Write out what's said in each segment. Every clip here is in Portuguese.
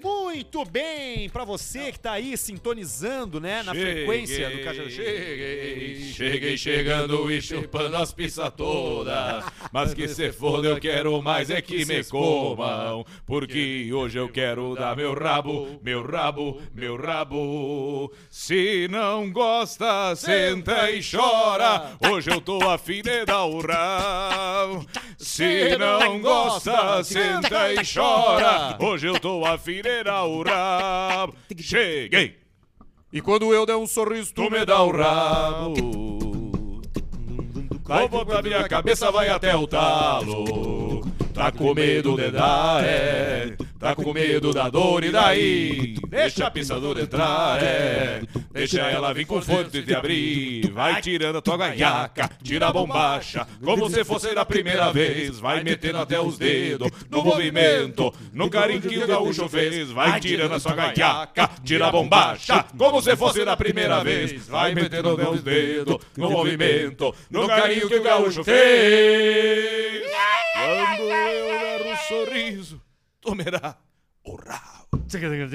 Muito bem, pra você que tá aí sintonizando, né, na frequência do Caixa. Cheguei chegando e chupando as pizzas todas. Mas que se foda, eu quero mais é que me comam. Porque hoje eu quero dar meu rabo, meu rabo, meu rabo. Se não gosta, senta e chora. Hoje eu tô afim de dar o rabo. Se não gosta, senta e chora. Hoje eu tô afim de dar o rabo. Cheguei! E quando eu der um sorriso, Tu me dá o rabo. Vai botar minha cabeça, vai até o talo. Tá com medo de dar, tá com medo da dor e daí deixa a pisadora entrar, deixa ela vir com força e te abrir. Vai tirando a tua gaiaca, tira a bombacha, como se fosse da primeira vez. Vai metendo até os dedos no movimento, no carinho que o gaúcho fez. Vai tirando a sua gaiaca, tira a bombacha, como se fosse da primeira vez. Vai metendo até os dedos no movimento, no carinho que o gaúcho fez. Quando eu der um sorriso, tomará o rabo.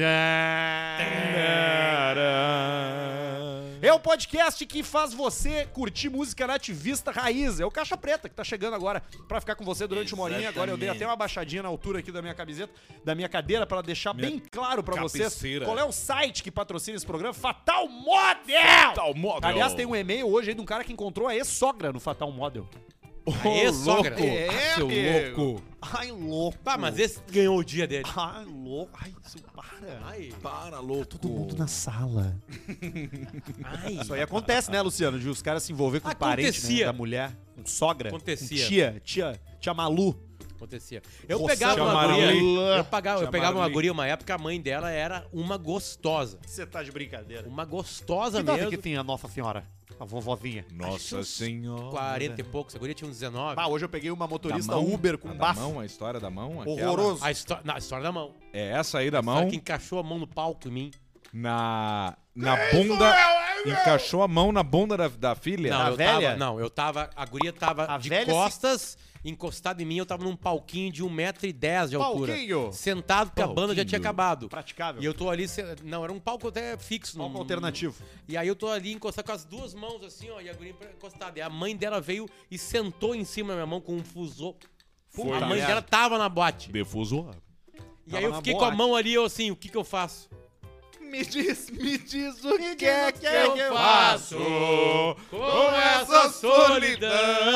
É o podcast que faz você curtir música nativista raiz. É o Caixa Preta que tá chegando agora pra ficar com você durante uma horinha. Agora eu dei até uma baixadinha na altura aqui da minha camiseta, da minha cadeira, pra deixar bem claro pra vocês qual é o site que patrocina esse programa. Fatal Model! Fatal Model. Aliás, tem um e-mail hoje aí de um cara que encontrou a ex-sogra no Fatal Model. Aê, sogra. Seu amigo. louco. Ai, louco. Pá, mas esse ganhou o dia dele. Ai, louco. Ai, isso para. Ai, Para, louco. Todo mundo na sala. ai. Isso aí acontece, né, Luciano? De os caras se envolver com o parente, né, Acontecia. da mulher, com sogra, Acontecia. com tia Malu. Acontecia. Eu Roçando pegava uma a guria. Marli. Eu pegava uma Marli. guria uma época, a mãe dela era uma gostosa. Você tá de brincadeira. Uma gostosa Que idade mesmo. que tem a Nossa Senhora? A vovozinha. Nossa Senhora. 40 e poucos. A guria tinha uns 19. Ah, hoje eu peguei uma motorista Da mão? Uber com A um da bafo. mão, a história da mão. aquela. Horroroso. A história da mão. É essa aí da A mão. história que encaixou a mão no palco em mim. Na bunda. Encaixou a mão na bunda da filha. Não, A velha? a guria tava A de velha costas, encostada em mim, eu tava num palquinho de 1,10 m de altura. Palquinho? Sentado, porque a banda já tinha acabado. Praticável. E eu tô ali, não, era um palco até fixo. Palco alternativo. E aí eu tô ali encostado com as duas mãos assim, ó, e a guria encostada. E a mãe dela veio e sentou em cima da minha mão com um fusô. Foi. A mãe dela tava na boate. Defusou. E Tava aí eu na fiquei com boate. a mão ali, eu assim, o que que eu faço? Me diz o que é que eu faço com essa solidão?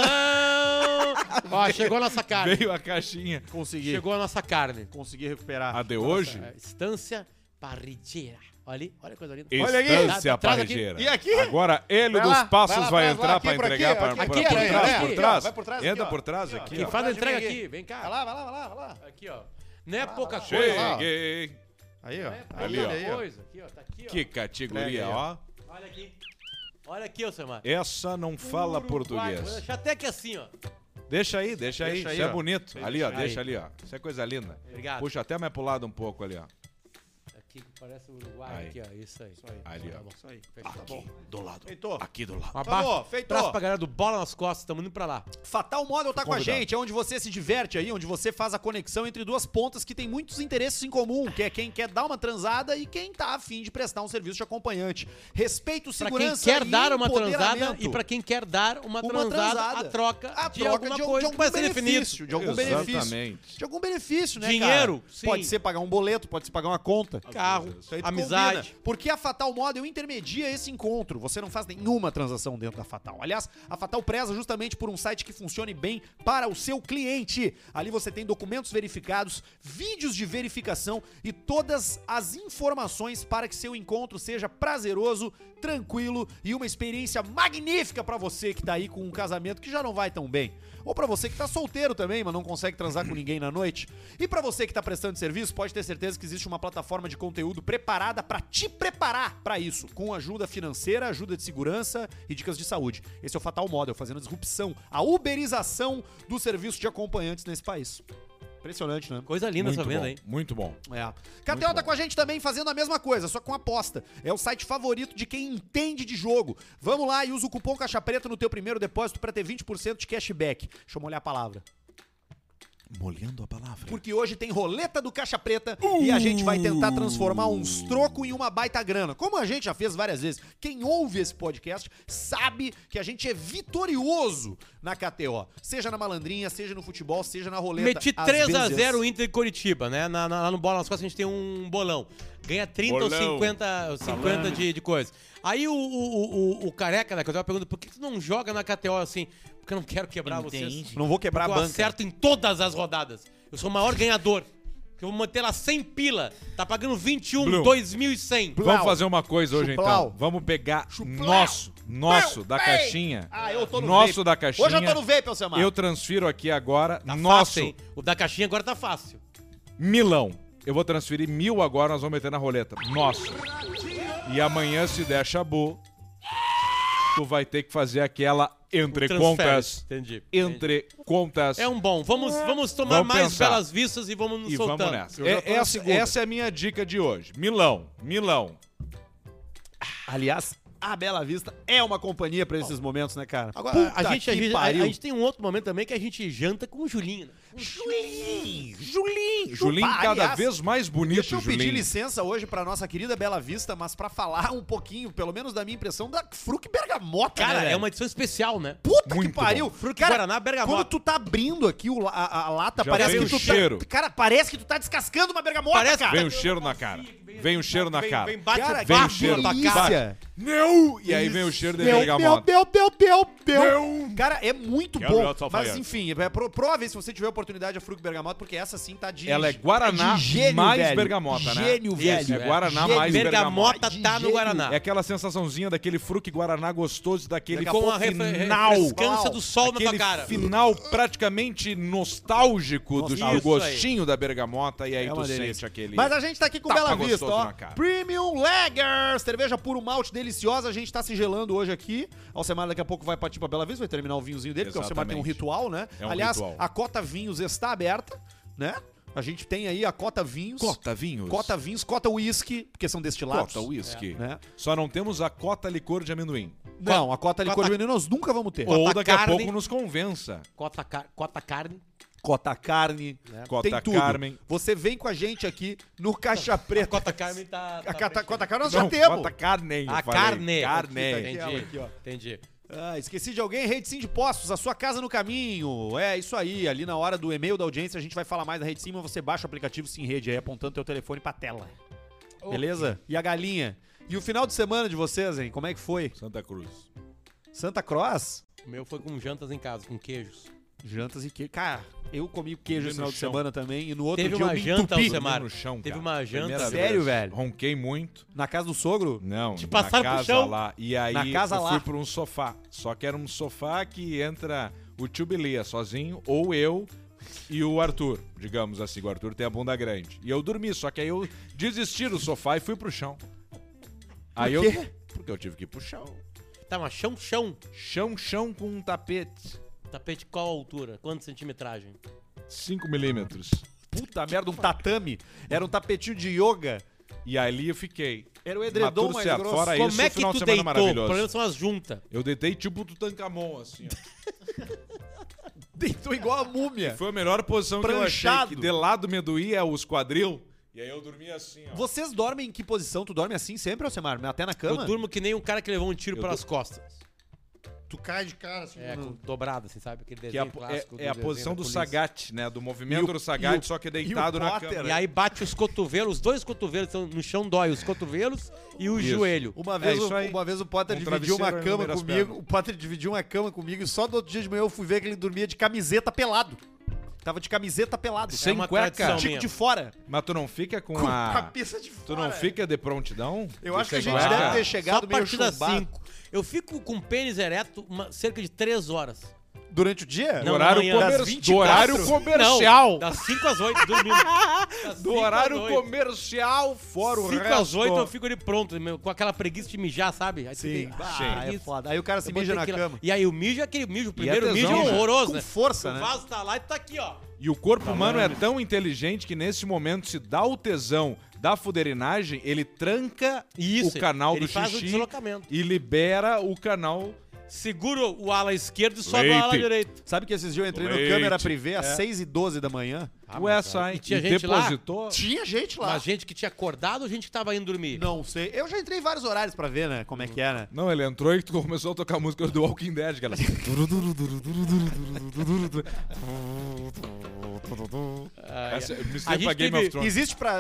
Ó, chegou a nossa carne. Veio a caixinha. Consegui. Chegou a nossa carne. Consegui recuperar. A de hoje? É, Estância Parrigeira. Olha ali, olha a coisa linda. Olha aqui. Estância Traz aqui. Parrejeira. E aqui? Agora ele Vai dos lá, passos vai lá, vai vai entrar lá, pra aqui, por entregar aqui, por aqui, trás, aranha, por aqui, trás. ó, vai por trás, Entra aqui, ó. por trás Aqui, aqui, ó. ó. Faz a entrega Aqui. aqui, vem cá. Vai lá, vai lá, vai lá, vai lá. Aqui, ó. Não é pouca vai lá. coisa. Cheguei. Aí, ó. Não é Ali, pouca ó. Aí, ó. coisa. Aqui, ó. Tá aqui, ó. Que categoria, Entrega aí, ó. Olha aqui. Olha aqui, ô Samar. Essa não fala Vou português. deixar até aqui assim, ó. Deixa aí, deixa aí. Deixa aí, Isso é ó. bonito. Ali, ó, aí. deixa ali, ó. Isso é coisa linda. Obrigado. Puxa até mais pro lado um pouco ali, ó. Aqui, parece o Uruguai. Aí. Aqui, ó. Isso aí. Ali, Tá ó. bom. Isso aí. Fechou. Tá bom. Do lado. Feitou. Aqui do lado. Um Acabou, abraço. feito. Abraço pra galera do Bola nas Costas. Estamos indo pra lá. Fatal Model tá com a Convidado. gente, é onde você se diverte aí, onde você faz a conexão entre duas pontas que tem muitos interesses em comum, que é quem quer dar uma transada e quem tá afim de prestar um serviço de acompanhante. Respeito, Pra quem segurança quer e dar uma transada empoderamento. e pra quem quer dar uma transada, a troca de troca alguma coisa que algum vai ser definido. benefício, de algum benefício. Exatamente. De algum benefício, né, Dinheiro, cara? sim. Pode ser pagar um boleto, pode ser pagar uma conta. Carro, Isso aí tu amizade. combina. Porque a Fatal Model intermedia esse encontro. Você não faz nenhuma transação dentro da Fatal. Aliás, a Fatal preza justamente por um site que funcione bem para o seu cliente. Ali você tem documentos verificados, vídeos de verificação e todas as informações para que seu encontro seja prazeroso, tranquilo e uma experiência magnífica para você que tá aí com um casamento que já não vai tão bem. Ou pra você que tá solteiro também, mas não consegue transar com ninguém na noite. E pra você que tá prestando serviço, pode ter certeza que existe uma plataforma de conteúdo preparada pra te preparar pra isso, com ajuda financeira, ajuda de segurança e dicas de saúde. Esse é o Fatal Model, fazendo a disrupção, a uberização do serviço de acompanhantes nesse país. Impressionante, né? Coisa linda essa venda, hein? Muito bom. É. KTO tá com a gente também fazendo a mesma coisa, só com aposta. É o site favorito de quem entende de jogo. Vamos lá e usa o cupom Caixa Preta no teu primeiro depósito pra ter 20% de cashback. Deixa eu molhar a palavra. Molhando a palavra. Porque hoje tem roleta do Caixa Preta e a gente vai tentar transformar uns trocos em uma baita grana. Como a gente já fez várias vezes. Quem ouve esse podcast sabe que a gente é vitorioso na KTO. Seja na malandrinha, seja no futebol, seja na roleta. Meti Às 3x0 vezes- o Inter e Curitiba, né? Lá no Bola nas Costas a gente tem um bolão. Ganha 30 ou Bolão. 50 de coisa. Aí o careca da KTO pergunta, por que tu não joga na KTO assim? Porque eu não quero quebrar vocês. Não vou quebrar Porque a eu banca. acerto em todas as rodadas. Eu sou o maior ganhador. Que eu vou manter lá 100 pila. Tá pagando 21, Blum. 2.100. Vamos fazer uma coisa hoje, Chuplau. então. Vamos pegar Chuplau. nosso da caixinha. Ah, eu tô no Nosso vape. da caixinha. Hoje eu tô no vape, Alcemar. Eu transfiro aqui agora. Tá nosso fácil, hein? O da caixinha agora tá fácil. milão. Eu vou transferir 1.000 agora, nós vamos meter na roleta. Nosso. E amanhã, se der chabu, tu vai ter que fazer aquela entre contas. Entendi. Entre contas. É um bom. Vamos tomar Vamos mais pensar. belas vistas e vamos nos E soltando. vamos nessa. Eu já tô na segunda. Essa é a minha dica de hoje. Milão. Aliás, a Bela Vista é uma companhia pra esses momentos, né, cara? Agora, a Puta gente, que a pariu. gente tem um outro momento também que a gente janta com o Julinho. Né? Julinho Ah, cada aliás, vez mais bonito, Deixa eu pedir Julinho. licença hoje pra nossa querida Bela Vista, mas pra falar um pouquinho, pelo menos da minha impressão, da Fruc Bergamota, Cara, né, é velho? uma edição especial, né? Puta Muito que pariu. bom. Fruc Cara, Guaraná Bergamota. quando tu tá abrindo aqui a lata, Já parece vem que o tu cheiro. tá... Cara, parece que tu tá descascando uma bergamota, Parece- cara. Vem o cheiro na cara. Vem o cheiro na cara. Vem, bate Cara, o vem o bafo cheiro. na tua delícia. cara. Não! E aí vem o cheiro de Meu, bergamota. meu. Cara, é muito Quero bom. ver o Salfaiate. Mas enfim, prova aí se você tiver oportunidade a Fruc Bergamota, porque essa sim tá de... Ela é Guaraná de gênio, mais velho. bergamota, né? Gênio, Isso, velho. é Guaraná Gênio. mais Bergamota De tá no gênio. Guaraná. É aquela sensaçãozinha daquele Fruc Guaraná gostoso, daquele Com a final. refrescância do sol na tua Aquele cara. final praticamente nostálgico do Nostálgico. gostinho da bergamota. E aí É tu uma sente delícia. aquele... Mas a gente tá aqui com Tapa Bela Vista, gostoso ó. na cara. Premium Lager, cerveja puro malte deliciosa. A gente tá se gelando hoje aqui. Alcemar daqui a pouco vai partir pra Bela Vista, vai terminar o vinhozinho dele, porque o Alcemar tem um Exatamente. ritual, né? É um Aliás, ritual. a Cota Vinhos está aberta, né? A gente tem aí a Cota Vinhos. Cota vinhos. Cota Vinhos, Cota Whisky, porque são destilados. Cota whisky. Né? Só não temos a cota licor de amendoim. Não, a Cota Licor Cota- de Veneno nós nunca vamos ter. Ou daqui a carne. pouco nos convença. Cota carne. Cota Carne, Cota tem tudo. Carmen. Você vem com a gente aqui no Caixa Preta. Cota carne tá... Cota Carne nós já Não, temos. Cota carne. eu A falei. carne. Carne. Entendi. Aquela aqui, ó. Entendi. Ah, esqueci de alguém, Rede Sim de Postos, a sua casa no caminho. É isso aí, ali na hora do e-mail da audiência a gente vai falar mais da Rede Sim, mas você baixa o aplicativo Sim Rede aí, apontando teu telefone pra tela. Beleza? E a galinha? E o final de semana de vocês, hein? Como é que foi? Santa Cruz. Santa Cross? O meu foi com jantas em casa, com queijos. Jantas e queijo. Cara, eu comi queijo Comi no final no de chão. semana também e no outro Teve dia uma eu me janta, entupi. Alcemar. No chão, Teve cara. uma janta. Primeira Sério, vez. velho? Ronquei muito. Na casa do sogro? Não, Te na passaram pro casa chão? lá. E aí Na casa eu lá. fui por um sofá. Só que era um sofá que entra o tio Bilia sozinho, ou eu e o Arthur, digamos assim. O Arthur tem a bunda grande. E eu dormi, só que aí eu desisti do sofá e fui pro chão. Aí Por quê? Porque eu tive que ir pro chão. Tá, mas chão. Chão com um tapete. Tapete qual altura? Quanto centimetragem? 5 milímetros. Puta merda, um tatame. Era um tapetinho de yoga. E ali eu fiquei. Era o Mas edredom tudo mais certo. grosso. Fora Como isso, é o que final tu de semana deitou? O maravilhoso. problema são as juntas. Eu deitei tipo o Tutankamon, assim, ó. Deitou igual a múmia. Foi a melhor posição que eu achei. Pranchado. Que de lado me doía os quadril. E aí eu dormia assim, ó. Vocês dormem em que posição? Tu dorme assim sempre, Alcemar? Até na cama? Eu durmo que nem um cara que levou um tiro Eu pelas costas. Tu cai de cara assim. É, dobrado, assim, sabe? Aquele Que desenho é, clássico. é a desenho posição da do polícia. Sagat, né? Do E movimento o- do Sagat, e o- só que e o deitado na Potter, cama. E aí bate os cotovelos, os dois cotovelos estão no chão, dói os cotovelos e o Isso. joelho. Uma vez, isso aí. uma vez o Potter Um dividiu uma travesseiro cama no meio das comigo. pernas. O Potter dividiu uma cama comigo e só no outro dia de manhã eu fui ver que ele dormia de camiseta pelado. Tava de camiseta pelado. Sem uma cueca. tradição Tico minha. de fora. Mas tu não fica com Com a... a pista de fora. Tu não fica de prontidão? Eu acho que a Sem gente cueca? deve ter Só chegado a meio partir das chumbado. 5. Eu fico com o pênis ereto cerca de 3 horas. Durante o dia? Do Não, horário, na manhã. Das do 24. horário comercial. Não, das 5 às 8, dormindo. Das Do 5 horário às 8. comercial, fora o 5 resto. às 8 eu fico ali pronto, com aquela preguiça de mijar, sabe? Aí tu Sim. fica, Ah, Sim. é preguiça. foda. Aí o cara se Eu mija botei na aquilo- cama. E aí o mijo é aquele mijo, o primeiro é mijo tesão, é já. horroroso, Com né? força, O né? vaso tá lá e tu tá aqui, ó. E o corpo humano é tão inteligente que nesse momento, se dá o tesão da fuderinagem, ele tranca Isso, o canal ele do faz o xixi deslocamento. e libera o canal segura o ala esquerdo e sobe o ala Leite. direito. Sabe que esses dias eu entrei no Leite. câmera privê às 6h12 da manhã? Ué, sai. E tinha gente lá? depositou? Tinha gente lá. Mas gente que tinha acordado ou gente que tava indo dormir? Não sei. Eu já entrei em vários horários pra ver, né? Como é que é, né? Não, ele entrou e começou a tocar a música do Walking Dead, aquela. Essa, me A gente pra Game teve- of Thrones.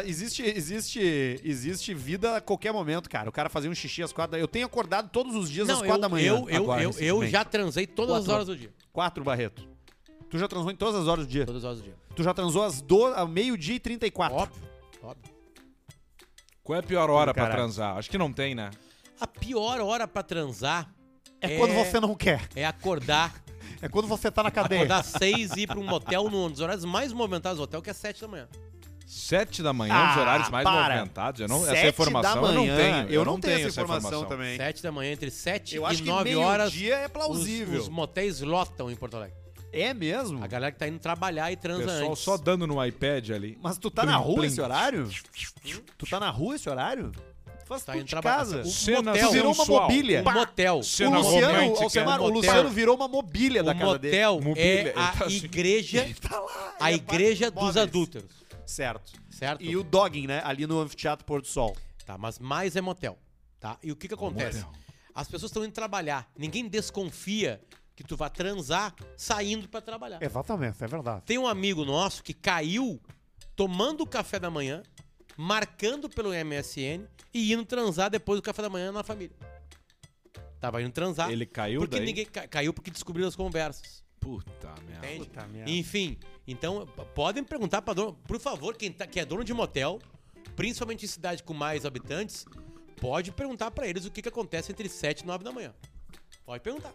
Existe vida a qualquer momento, cara. O cara fazia um xixi às 4 da manhã. Eu tenho acordado todos os dias às Não, 4 da manhã. agora, eu recentemente. já transei todas as 4. horas do dia. 4, Barreto. Tu já transou em todas as horas do dia. Todas as horas do dia. Tu já transou ao meio-dia e 34. Óbvio, óbvio. Qual é a pior hora pra Caralho. transar? Acho que não tem, né? A pior hora pra transar É quando você não quer. é acordar. É quando você tá na cadeia. Acordar às 6 e ir pra um motel num dos horários mais movimentados do hotel, que é 7 da manhã. 7 da manhã, Ah, os horários mais para. movimentados. Eu não, 7 essa informação da eu não manhã. tenho. Eu não tenho essa informação também. 7 da manhã, entre 7 Eu e acho que 9 horas. meio-dia é plausível. Os motéis lotam em Porto Alegre. É mesmo? A galera que tá indo trabalhar e O transa pessoal antes. só dando no iPad ali. Mas tu tá na rua esse horário? Tu tá na rua esse horário? Tu faz Tá tudo indo de trabalhar. casa. O Cena motel Tu virou uma sensual. mobília. Um motel. O Cena Luciano, romântica. Alcemar, Um o motel. Luciano virou uma mobília da O casa dele. motel Mobília, é ele tá a assim. igreja, Tá lá. a ele igreja bate dos móveis. adúlteros. Certo. Certo? E o dogging, né? Ali no Anfiteatro Pôr do Sol. Tá, mas mais é motel, tá? E o que acontece? Motel. As pessoas estão indo trabalhar. Ninguém desconfia que tu vai transar saindo pra trabalhar. Exatamente, é verdade. Tem um amigo nosso que caiu tomando o café da manhã, marcando pelo MSN e indo transar depois do café da manhã na família. Tava indo transar. Ele caiu porque daí? ninguém caiu porque descobriu as conversas. Puta merda. Entende? Puta merda. Enfim, então podem perguntar pra dono, por favor, que é dono de motel, principalmente em cidade com mais habitantes, pode perguntar pra eles o que acontece entre 7 e 9 da manhã. Pode perguntar.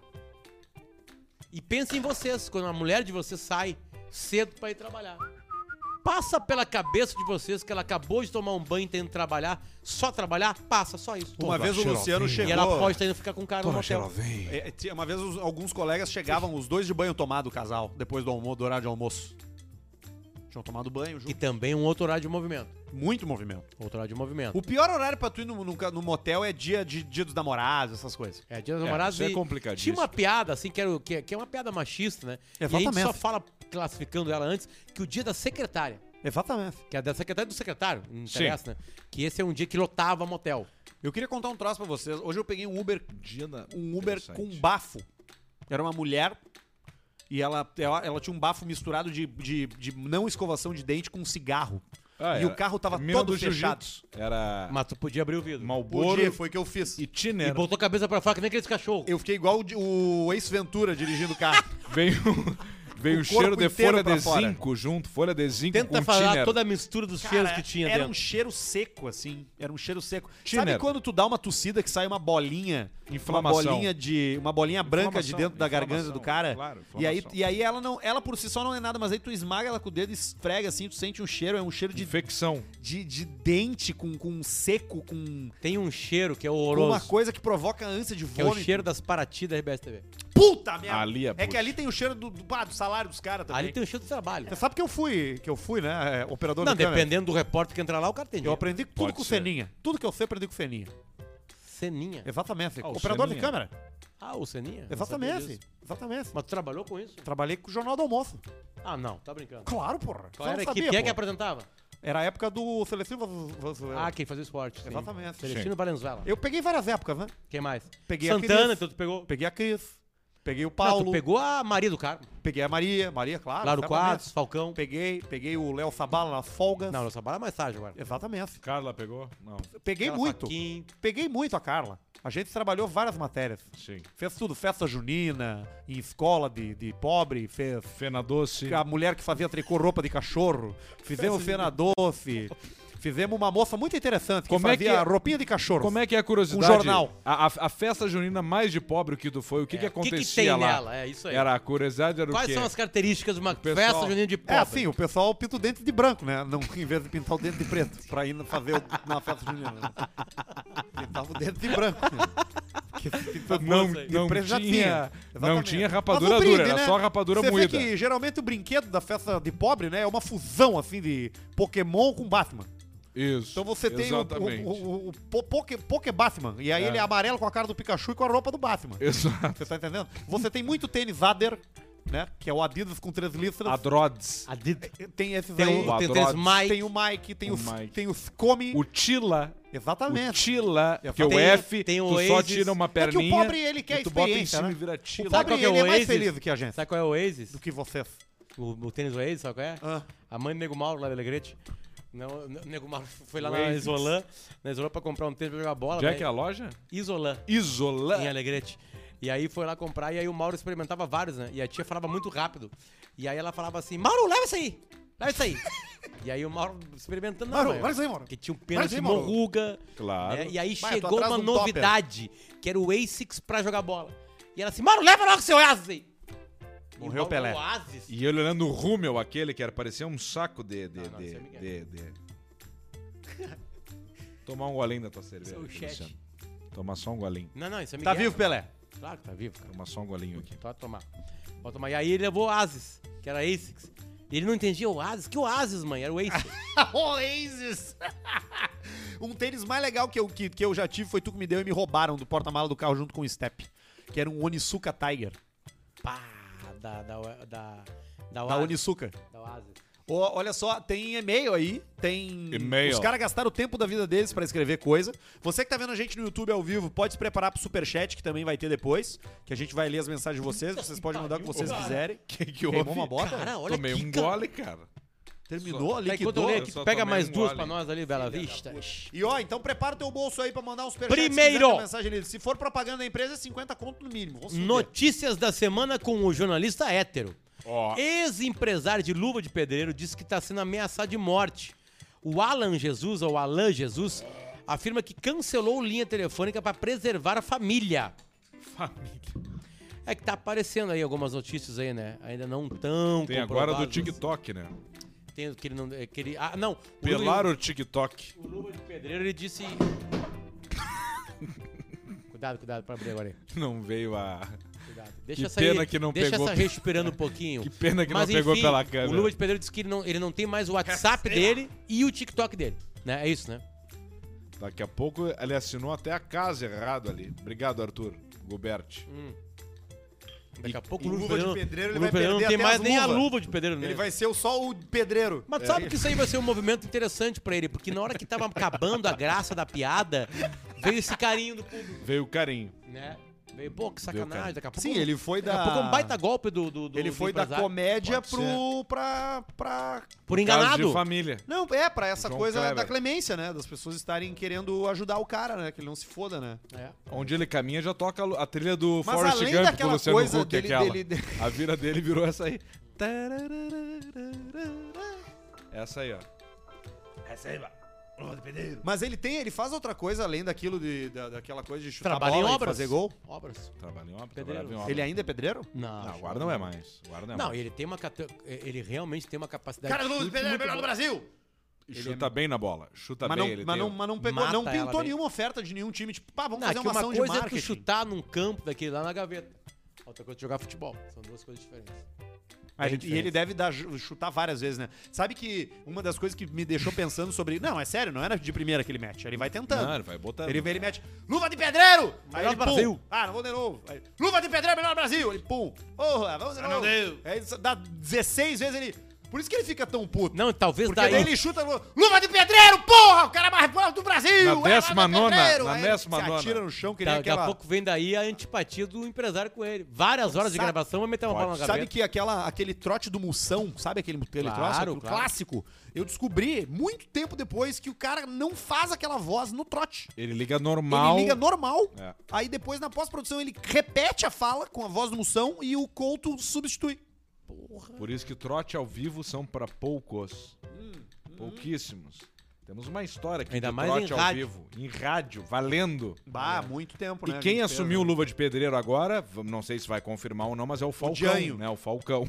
E pensem em vocês, quando a mulher de vocês sai cedo pra ir trabalhar. Passa pela cabeça de vocês que ela acabou de tomar um banho e tendo que trabalhar, só trabalhar? Passa, só isso. Uma vez o Luciano chegou... E ela pode estar indo ficar com o cara no motel. Uma vez alguns colegas chegavam, os dois de banho tomado, o casal, depois do horário de almoço. Tinham tomado banho E junto. também um outro horário de movimento. Muito movimento. Outro horário de movimento. O pior horário pra tu ir no motel é dia dos namorados, essas coisas. É, Dia dos Namorados. isso é e complicadíssimo. Tinha uma piada, assim, que é uma piada machista, né? E a Exatamente. gente só fala, classificando ela antes, que o dia da secretária, Exatamente. que é da secretária do secretário, não interessa, né? Que esse é um dia que lotava motel. Eu queria contar um troço pra vocês. Hoje eu peguei um Uber Interessante. com bafo. Era uma mulher e ela tinha um bafo misturado de não escovação de dente com cigarro. Ah, E era o carro tava mina todo do fechado. jiu-jitsu. Era Mas tu podia abrir o vidro. Malboro Podia, foi o que eu fiz. e E Tiner. botou a cabeça pra fora, que nem aqueles cachorros. Eu fiquei igual o Ace Ventura dirigindo o carro. Veio O o cheiro corpo de inteiro folha pra de fora. zinco junto, folha de zinco Tenta com falar Tiner. toda a mistura dos cheiros que tinha era dentro. um cheiro seco, assim. Era um cheiro seco. Tiner. Sabe quando tu dá uma tossida que sai uma bolinha? Inflamação. Uma bolinha branca de Inflamação, dentro da garganta inflamação, do cara? claro, e aí, inflamação. ela por si só não é nada, mas aí tu esmaga ela com o dedo e esfrega assim, tu sente um cheiro, é um cheiro de Infecção. dente com seco, com Tem um cheiro que é uma horroroso. coisa que provoca ânsia de Que é vômito. o cheiro das Paraty da RBS TV. Puta merda! Ali é que puxa. ali tem o cheiro do salário dos caras também. Ali tem o cheiro do trabalho. Você sabe que eu fui, né? Operador Não, de câmera. dependendo do repórter que entrar lá, o cara tem Eu dinheiro. aprendi tudo Pode com o ser. Seninha. Tudo que eu sei, aprendi com o Seninha. Seninha. Exatamente. Ah, o Operador de Seninha. câmera. Ah, o Seninha? Não sabia Exatamente. disso. Exatamente. Mas tu trabalhou com isso? Trabalhei com o Jornal do Almoço. Ah, não, tá brincando. Claro, porra. Qual Você era a não equipe? sabia, Quem é que porra. apresentava? Era a época do Celestino Ah, quem fazia esporte. sim. Exatamente. Celestino Valenzuela. Eu peguei várias épocas, né? Quem mais? Peguei a Santana, Cris. então tu pegou. Peguei a Cris. Peguei o Não, Paulo. tu pegou a Maria do Carmo. Peguei a Maria, claro. Claro exatamente. Quadros, Falcão. Peguei o Léo Sabala nas folgas. Não, nossa bala é mais tarde agora. Exatamente. Carla pegou? Não. Peguei Aquela muito. Faquin. Peguei muito a Carla. A gente trabalhou várias matérias. Sim. Fez tudo, festa junina, em escola de pobre, fez Fena Doce. a mulher que fazia tricô roupa de cachorro, fizemos Fena Doce, fizemos uma moça muito interessante que Como é fazia que- roupinha de cachorro. Como é que é a curiosidade? Um jornal. A festa junina mais de pobre que tu foi, o que O acontecia que tem lá? nela? É isso aí. Era a curiosidade, era Quais o quê? são as características de uma pessoal- festa junina de pobre? É assim, o pessoal pinta o dente de branco, né? Não, em vez de pintar o dente de preto, pra ir fazer uma festa junina. Né? Pintava o dente de branco. Né? Porque se pintar Não, de não preto já tinha, não Exatamente. tinha Mas rapadura o brinde, dura, era né? só rapadura Você moída. vê que geralmente o brinquedo da festa de pobre, né, é uma fusão, assim, de Pokémon com Batman. Isso. Então você tem exatamente. o Poké Batman. E aí ele é amarelo com a cara do Pikachu e com a roupa do Batman. Exato. Você tá entendendo? Você tem muito tênis Ader, né? Que é o Adidas com 3 listras. Adrods. Tem esses Tem aí. o tem Adrods. três Mike. Tem o Mike, tem o Mike. tem os Come. O Tila. O Exatamente. Tila. Porque o Tem- F, tem o tu só Oasis. tira uma É que perninha. o pobre, ele quer e tu bota em experiência, cima né? e vira O Tila. Sabe pobre, qual que é ele o é mais Oasis? feliz do que a gente. Sabe qual é o Oasis? Do que vocês. O tênis Oasis, sabe qual é? Ah. A mãe do Nego Mauro lá da Alegrete. Não, o Nego Mauro foi lá Oasis. na Isolan pra comprar um tênis pra jogar bola. Já né? que é a loja? Isolan, Isolan. em Alegrete. E aí foi lá comprar e aí o Mauro experimentava vários, né? E a tia falava muito rápido. E aí ela falava assim, Mauro, leva isso aí! Leva isso aí! E aí o Mauro experimentando. Mauro, mãe, olha isso aí, Mauro. que tinha um pênalti Olha isso aí, Mauro. morruga. Claro. Né? E aí Vai, eu tô chegou atrás uma de um topper. novidade, que era o ASICS pra jogar bola. E ela assim, Mauro, leva logo seu Oasis aí! E Morreu o Pelé. Oasis. E ele olhando o Rúmel, aquele que era, parecia um saco de Não, esse é Miguel. Tomar um golinho da tua cerveja. Esse é o chat. Luciano. Tomar só um golinho. Não, isso é Tá Miguel. vivo, Pelé? Claro que tá vivo, cara. Tomar só um golinho aqui. Pode tomar. Pode tomar. E aí ele levou o Oasis, que era ASICS. E ele não entendia o Oasis. Que Oasis, mãe? Era o ASICS. Oasis! Um tênis mais legal que eu já tive foi tu que me deu e me roubaram do porta-mala do carro junto com o Step. Que era um Onitsuka Tiger. Pá, da Da Oasis. Onitsuka. Da Oasis. Olha só, tem e-mail aí, tem... E-mail. Os caras gastaram o tempo da vida deles pra escrever coisa. Você que tá vendo a gente no YouTube ao vivo, pode se preparar pro Superchat, que também vai ter depois, que a gente vai ler as mensagens de vocês podem mandar o que vocês quiserem. Que Queimou uma bota? Cara, olha Tomei aqui, um cara. gole, cara. Terminou, Tá, enquanto eu liquidou. leio aqui, só tu pega tomei mais um duas gole. pra nós ali, Bela Vista. E ó, então prepara o teu bolso aí pra mandar um superchat. Primeiro. se quiser ter mensagem ali. Se for propaganda da empresa, é 50 conto no mínimo. Vamos fuder. Notícias da semana com o jornalista hétero. Ó. Ex-empresário de luva de pedreiro disse que está sendo ameaçado de morte. O Alan Jesus, ou Alan Jesus, afirma que cancelou linha telefônica para preservar a família. Família. É que tá aparecendo aí algumas notícias aí, né? Ainda não tão Tem agora do comprovadas. TikTok, né? Tem que ele não... Que ele, não. Pelar o TikTok. O luva de pedreiro, ele disse... Cuidado pra abrir agora aí. Não veio a... Cuidado. Que pena que não deixa pegou- essa respirando um pouquinho. Que pena que Mas, não pegou enfim, pela câmera. O Luva de Pedreiro disse que ele não tem mais o WhatsApp dele e o TikTok dele. Né? É isso, né? Daqui a pouco ele assinou até a casa errado ali. Obrigado, Arthur. Gilberti. Daqui a pouco e o Luva luva de de Pedreiro, pedreiro, ele o vai Luva de Pedreiro não perder tem até mais as nem a luvas. luva de pedreiro, né? Ele vai ser só o pedreiro. Mas sabe que isso aí vai ser um movimento interessante pra ele, porque na hora que tava acabando a graça da piada, veio esse carinho do público, Veio o carinho. né? Veio, pô, que sacanagem, daqui a pouco... Sim, ele foi Daqui a pouco é um baita golpe do Ele foi da empresário. comédia Pode ser. pra... Por Caso enganado. de família. Não, pra essa João coisa Kleber. da clemência, né? Das pessoas estarem querendo ajudar o cara, né? Que ele não se foda, né? É. Onde ele caminha já toca a trilha do Mas Forrest além Gump com o daquela Luciano coisa Huck, dele- aquela. dele- A vira dele virou essa aí. Essa aí, ó. Mas ele faz outra coisa além daquilo daquela coisa de chutar Trabalha em bola e obras. fazer gol. Obras. Trabalha em obra, Pedreiro. trabalhava em obra. Ele ainda é pedreiro? Não, Não, agora não é mais. Agora não é Não, mais. ele tem ele realmente tem uma capacidade Cara do de chute pedreiro muito melhor do boa. Brasil! E chuta bem na bola. Chuta Mas bem, não, ele mas, tem não, mas não pegou, Mata não ela pintou bem. nenhuma oferta de nenhum time, tipo, pá, vamos Não, fazer que uma uma ação de coisa é tu marketing. chutar num campo daquele lá na gaveta. Outra coisa é jogar futebol. São duas coisas diferentes. Ah, Bem e ele deve chutar várias vezes, né? Sabe que uma das coisas que me deixou pensando sobre... Não, é sério, não era de primeira que ele mete. Ele vai tentando. Não, ele vai botando. Ele mete, luva de pedreiro! Aí Melhor ele, do Brasil. pum. Ah, não vou de novo. Aí, luva de pedreiro, melhor do Brasil! Ele, pum. Porra, vamos de novo. não deu. Aí ele dá 16 vezes ele... Por isso que ele fica tão puto. Não, talvez Porque daí... daí ele chuta, luva de pedreiro, porra! O cara mais forte do Brasil! Na é, luva de 19ª, pedreiro! na Aí ele 19ª. se atira no chão, que nem Daqui a aquela... pouco vem daí a antipatia do empresário com ele. Várias horas de Sabe- gravação, vai meter uma bola na gaveta. Sabe que aquele trote do Mussão, sabe aquele Claro, troço, aquele claro. clássico? Eu descobri muito tempo depois que o cara não faz aquela voz no trote. Ele liga normal. Ele liga normal, É. aí depois na pós-produção ele repete a fala com a voz do Mussão e o Couto substitui. Por isso que trote ao vivo são pra poucos. Pouquíssimos. Temos uma história aqui Ainda de mais trote em ao rádio. vivo. Em rádio, valendo. Bah, muito tempo, né? E quem A gente assumiu fez, Luva de Pedreiro agora, não sei se vai confirmar ou não, mas é o Falcão, Janho. né? O Falcão.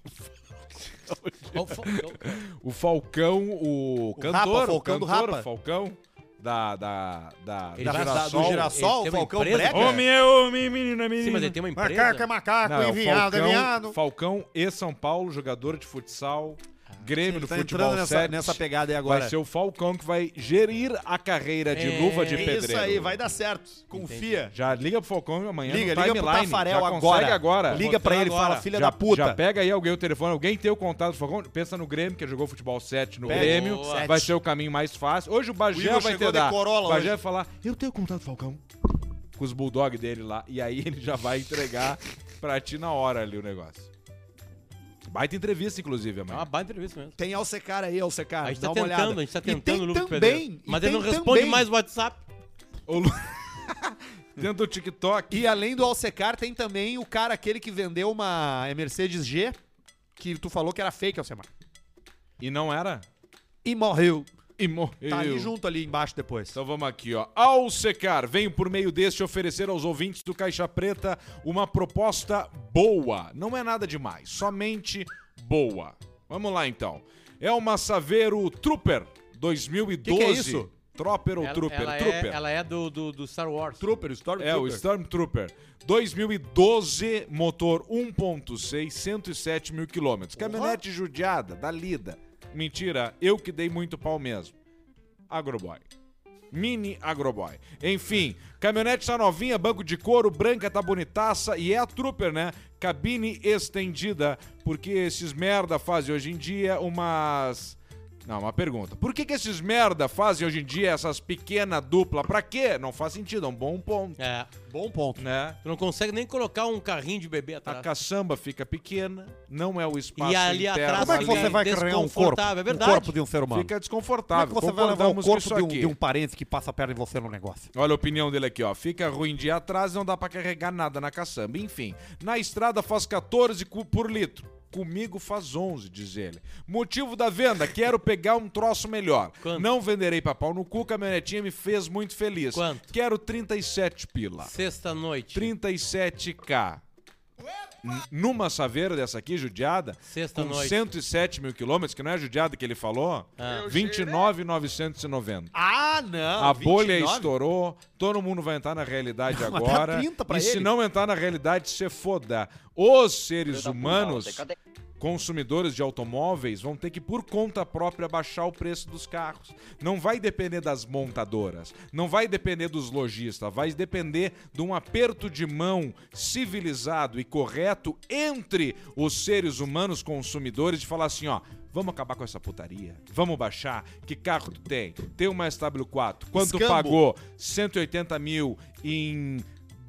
Ó, ó, O Falcão, o cantor, Rapa, Falcão o do cantor, Rapa. Falcão da Ele ó. Girassol. Do Girassol, Ele o tem uma Falcão empresa? Brega. Homem é homem, menino é menino. Sim, mas ele tem uma empresa. Macaco é macaco, Não, é o enviado é Falcão, viado. Falcão e São Paulo, jogador de futsal. Grêmio Ele no tá futebol entrando 7. nessa pegada aí agora. Vai ser o Falcão que vai gerir a carreira de luva de pedreiro. Isso aí, vai dar certo. Confia. Já liga pro Falcão amanhã Liga no pro timeline. Tafarel Já consegue agora. Liga pra ele e agora. fala, filha Já, da puta. já pega aí alguém o telefone, alguém tem o contato do Falcão, pensa no Grêmio, que jogou futebol 7 no Pega. Grêmio, Boa. vai ser o caminho mais fácil. Hoje o O Bagé Igor vai chegou ter de dar. Corolla O Bagé hoje. vai falar, eu tenho o contato do Falcão. Com os bulldog dele lá, e aí ele já vai entregar pra ti na hora ali o negócio. Baita entrevista, inclusive, É uma amanhã. baita entrevista mesmo. Tem Alcecar aí, Alcecar. A gente dá tá uma olhada. tentando, a gente tá E tentando tem o Lucas também, Pedreiro. e Mas ele não tem responde também- mais o WhatsApp. O Lu- Dentro do TikTok. E além do Alcecar, tem também o cara aquele que vendeu uma Mercedes G, que tu falou que era fake, Alcemar. E não era? E morreu. E morreu. Tá ali junto, ali embaixo depois. Então vamos aqui, ó. Alcecar, venho por meio deste oferecer aos ouvintes do Caixa Preta uma proposta boa. Não é nada demais, somente boa. Vamos lá, então. É uma Saveiro Trooper 2012. Que é isso? Trooper ou Trooper? Trooper. Ela é do Star Wars. Trooper, Stormtrooper. É, o Stormtrooper. 2012, motor 1.6, 107 mil quilômetros. Caminhonete judiada, da lida. Mentira, eu que dei muito pau mesmo. Agroboy. Mini Agroboy. Enfim, caminhonete tá novinha, banco de couro, branca, tá bonitaça e é a Trooper, né? Cabine estendida, porque esses merda fazem hoje em dia umas... Não, uma pergunta. Por que esses merda fazem hoje em dia essas pequenas duplas? Pra quê? Não faz sentido, é um bom ponto, É. Bom ponto. né? Tu não consegue nem colocar um carrinho de bebê A atrás. caçamba fica pequena, não é o espaço E ali interno. atrás Como é que você ali, vai carregar um corpo? desconfortável, é verdade. Um corpo de um ser humano. Fica Como é desconfortável. que você vai levar o Concordamos com corpo isso de um, aqui. de um parente que passa a perna em você no negócio? Olha a opinião dele aqui, ó. Fica ruim de ir atrás, não dá pra carregar nada na caçamba. Enfim, na estrada faz 14 por litro. Comigo faz 11, diz ele. Motivo da venda, quero pegar um troço melhor. Quanto? Não venderei pra pau no cu, caminhonetinha me fez muito feliz. Quanto? Quero 37 pila. Sexta-noite. 37k. Numa Saveiro dessa aqui, judiada, com Sexta-noite. 107 mil quilômetros, que não é a judiada que ele falou, Ah. 29.990. Ah, não. A bolha estourou, todo mundo vai entrar na realidade Mas agora. dá 30 pra e se ele. não entrar na realidade, se foda. Os seres humanos, consumidores de automóveis, vão ter que, por conta própria, baixar o preço dos carros. Não vai depender das montadoras, não vai depender dos lojistas, vai depender de um aperto de mão civilizado e correto entre os seres humanos consumidores de falar assim, ó, vamos acabar com essa putaria, vamos baixar, que carro tu tem? Tem uma SW4, quanto Escambo. pagou? 180 mil em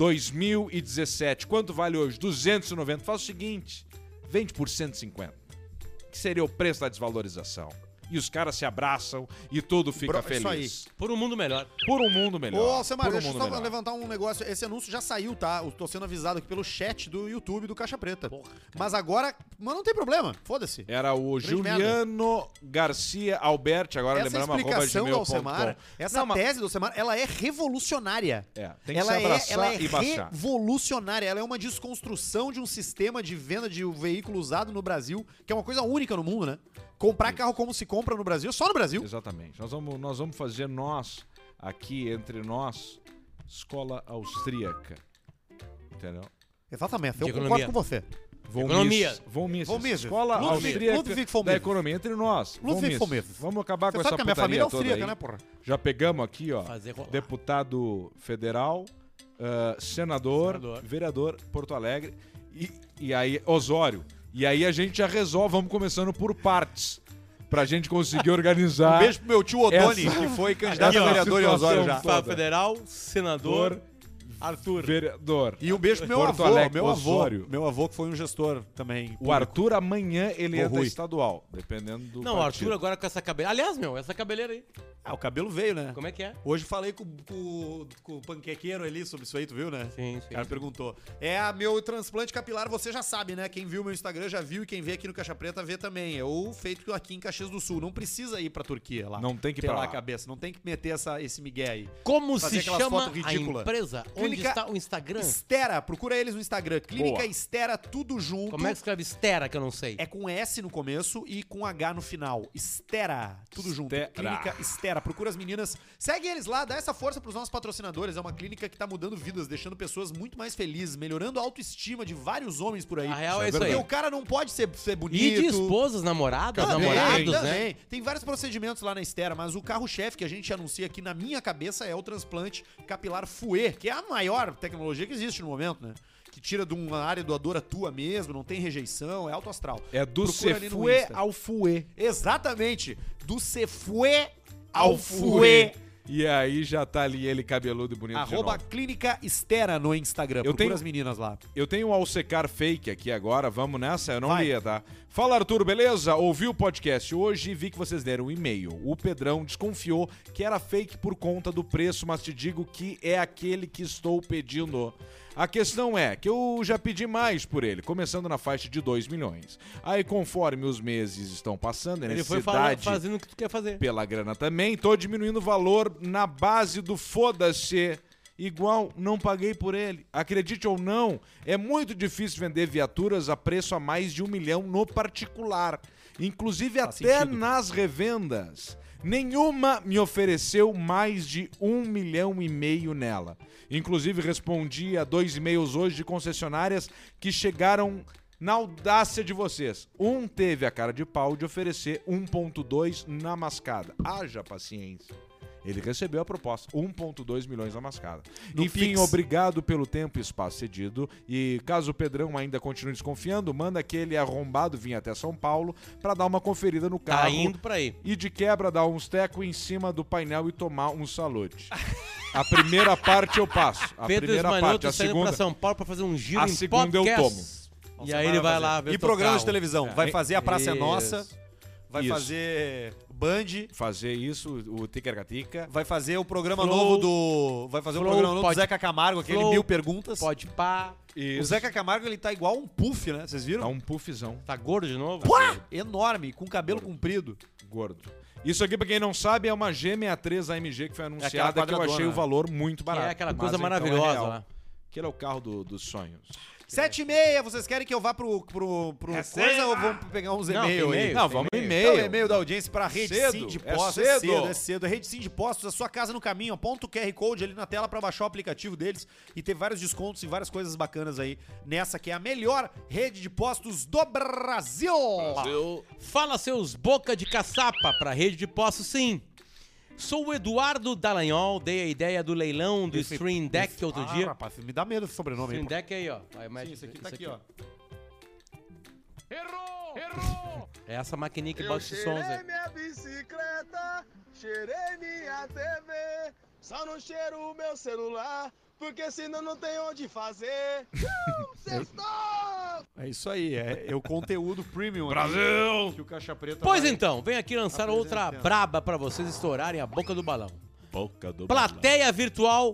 2017, quanto vale hoje? 290, faz o seguinte... Vende por 150, que seria o preço da desvalorização. E os caras se abraçam e tudo fica Isso aí. feliz. Por um mundo melhor. Por um mundo melhor. Ô, Alcemar, Por um deixa eu mundo só melhor. levantar um negócio. Esse anúncio já saiu, tá? Eu tô sendo avisado aqui pelo chat do YouTube do Caixa Preta. Mas agora... Mas não tem problema. Foda-se. Era o Grande Juliano Garcia Alberti, agora Essa lembramos explicação do @gmail.com. Alcemar, essa Não, mas- tese do Alcemar, ela é revolucionária. É, tem que ela se abraçar ela é e baixar. revolucionária. Ela é uma desconstrução de um sistema de venda de um veículo usado no Brasil, que é uma coisa única no mundo, né? Comprar carro como se compra no Brasil, só no Brasil. Exatamente. Nós vamos fazer aqui entre nós, escola austríaca. Entendeu? Exatamente, eu De concordo economia. com você. Economia. Von Mises. Von Mises. Escola Ludwig austríaca von da Mises. economia. Entre nós. Von Ludwig Mises. von Mises. Vamos acabar Você com sabe essa que a minha família putaria é austríaca, toda né, aí. porra? Já pegamos aqui, ó, Fazer rolar. deputado federal, senador, Senador. vereador, Porto Alegre e aí Osório. E aí a gente já resolve, vamos começando por partes, pra gente conseguir organizar. Um beijo pro meu tio Odoni, essa- que foi candidato Aqui, a ó, vereador em Osório já. situação Deputado federal, senador, Arthur. Vereador. E um beijo pro meu Porto avô, Alegre, meu avô. Osório. Meu avô que foi um gestor também. O Arthur amanhã ele Ô, entra Rui. estadual, dependendo do Não, o partido. Arthur agora com essa cabeleira. Aliás, meu, essa cabeleira aí. Ah, o cabelo veio, né? Como é que é? Hoje falei com o panquequeiro ali sobre isso aí, tu viu, né? Sim, O sim. cara perguntou. Meu transplante capilar, você já sabe, né? Quem viu meu Instagram já viu e quem vê aqui no Caixa Preta vê também. É o feito aqui em Caxias do Sul. Não precisa ir pra Turquia lá. Não tem que ir pelar pra a lá. cabeça. Não tem que meter esse migué aí. Como Fazer se aquelas chama fotos a ridículas. empresa? Onde Clínica está o Instagram? Estera, procura eles no Instagram. Clínica Boa. Estera, tudo junto. Como é que escreve Stera, que eu não sei? É com S no começo e com H no final. Estera, tudo junto. Estera. Clínica Estera. Estera. Procura as meninas, segue eles lá, dá essa força pros nossos patrocinadores. É uma clínica que tá mudando vidas, deixando pessoas muito mais felizes, melhorando a autoestima de vários homens por aí. A real é isso Porque aí. o cara não pode ser bonito. E de esposas, namoradas, Também, namorados, também. né? Tem vários procedimentos lá na Estera, mas o carro-chefe que a gente anuncia aqui na minha cabeça é o transplante capilar Fouet, que é a maior tecnologia que existe no momento, né? Que tira de uma área doadora tua mesmo, não tem rejeição, é alto astral. É do Procura ali no Cefue Insta. ao Fouet. Exatamente. Do Cefue ao Fouet. E aí já tá ali ele cabeludo e bonito de Arroba novo. Clínica Estera no Instagram. Procura tenho- as meninas lá. Eu tenho um Alsecar Fake aqui agora, vamos nessa? Eu não Vai. lia, tá? Fala, Arthur, beleza? Ouvi o podcast hoje e vi que vocês deram um e-mail. O Pedrão desconfiou que era fake por conta do preço, mas te digo que é aquele que estou pedindo. A questão é que eu já pedi mais por ele, começando na faixa de 2 milhões. Aí, conforme os meses estão passando, a Ele foi necessidade fazendo o que tu quer fazer. pela grana também, tô diminuindo o valor na base do foda-se. Igual, não paguei por ele. Acredite ou não, é muito difícil vender viaturas a preço a mais de 1 milhão no particular. Inclusive Faz até sentido. nas revendas. Nenhuma me ofereceu mais de 1,5 milhão nela. Inclusive respondi a 2 e-mails hoje de concessionárias que chegaram na audácia de vocês. Um teve a cara de pau de oferecer 1,2 na mascada. Haja paciência. Ele recebeu a proposta, 1,2 milhões na mascada. No Enfim, Pix. obrigado pelo tempo e espaço cedido. E caso o Pedrão ainda continue desconfiando, manda aquele arrombado vir até São Paulo pra dar uma conferida no carro. Tá indo pra aí. E de quebra dar uns tecos em cima do painel e tomar um salute. A primeira parte eu passo. A Pedro primeira parte, Esmanioto a saindo segunda... pra São Paulo pra fazer um giro A em segunda eu podcasts. E aí ele vai lá ver E o teu programas de carro. televisão. Vai fazer A Praça é Nossa. Isso. Vai Isso. fazer Band. Fazer isso, o Ticaracatica. Vai fazer o programa Flow. novo do... Vai fazer o Flow, programa novo do pode- Zeca Camargo, aquele Flow, 1000 perguntas. Pode pá. O Zeca Camargo, ele tá igual um puff, né? Vocês viram? Dá um puffzão Tá gordo de novo? Pá! Enorme, com cabelo comprido. gordo. Isso aqui, pra quem não sabe, é uma G63 AMG que foi anunciada, que eu quadradona, achei o né? valor muito Que barato. é aquela Mas, coisa então, maravilhosa real. lá. Aquele é o carro dos sonhos. 7h30, vocês querem que eu vá pro coisa ou vamos pegar uns Não, e-mails tem aí? e-mail. Não, vamos e-mail. e-mail. É o e-mail da audiência pra Rede Cedo, Sim de é Postos. cedo. É cedo. Rede Sim de Postos, a sua casa no caminho. Aponta o QR Code ali na tela pra baixar o aplicativo deles e ter vários descontos e várias coisas bacanas aí nessa que é a melhor rede de postos do Brasil. Fala, seus boca de caçapa pra rede de postos, sim. Sou o Eduardo Dallagnol, dei a ideia do leilão do Stream Deck outro dia. Rapaz, me dá medo esse sobrenome aí. Stream pô. Deck aí, ó. Vai, mexe Sim, esse aqui tá isso aqui, ó. É essa maquininha que Eu bota esses sons cheirei aí. minha bicicleta, cheirei minha TV, só não cheiro o meu celular, porque senão não tem onde fazer. Sextou! É isso aí, é o conteúdo premium aqui Brasil! que o Caixa Preta Pois vai- então, vem aqui lançar outra Apresentando. braba pra vocês estourarem a boca do balão. Boca do Plateia virtual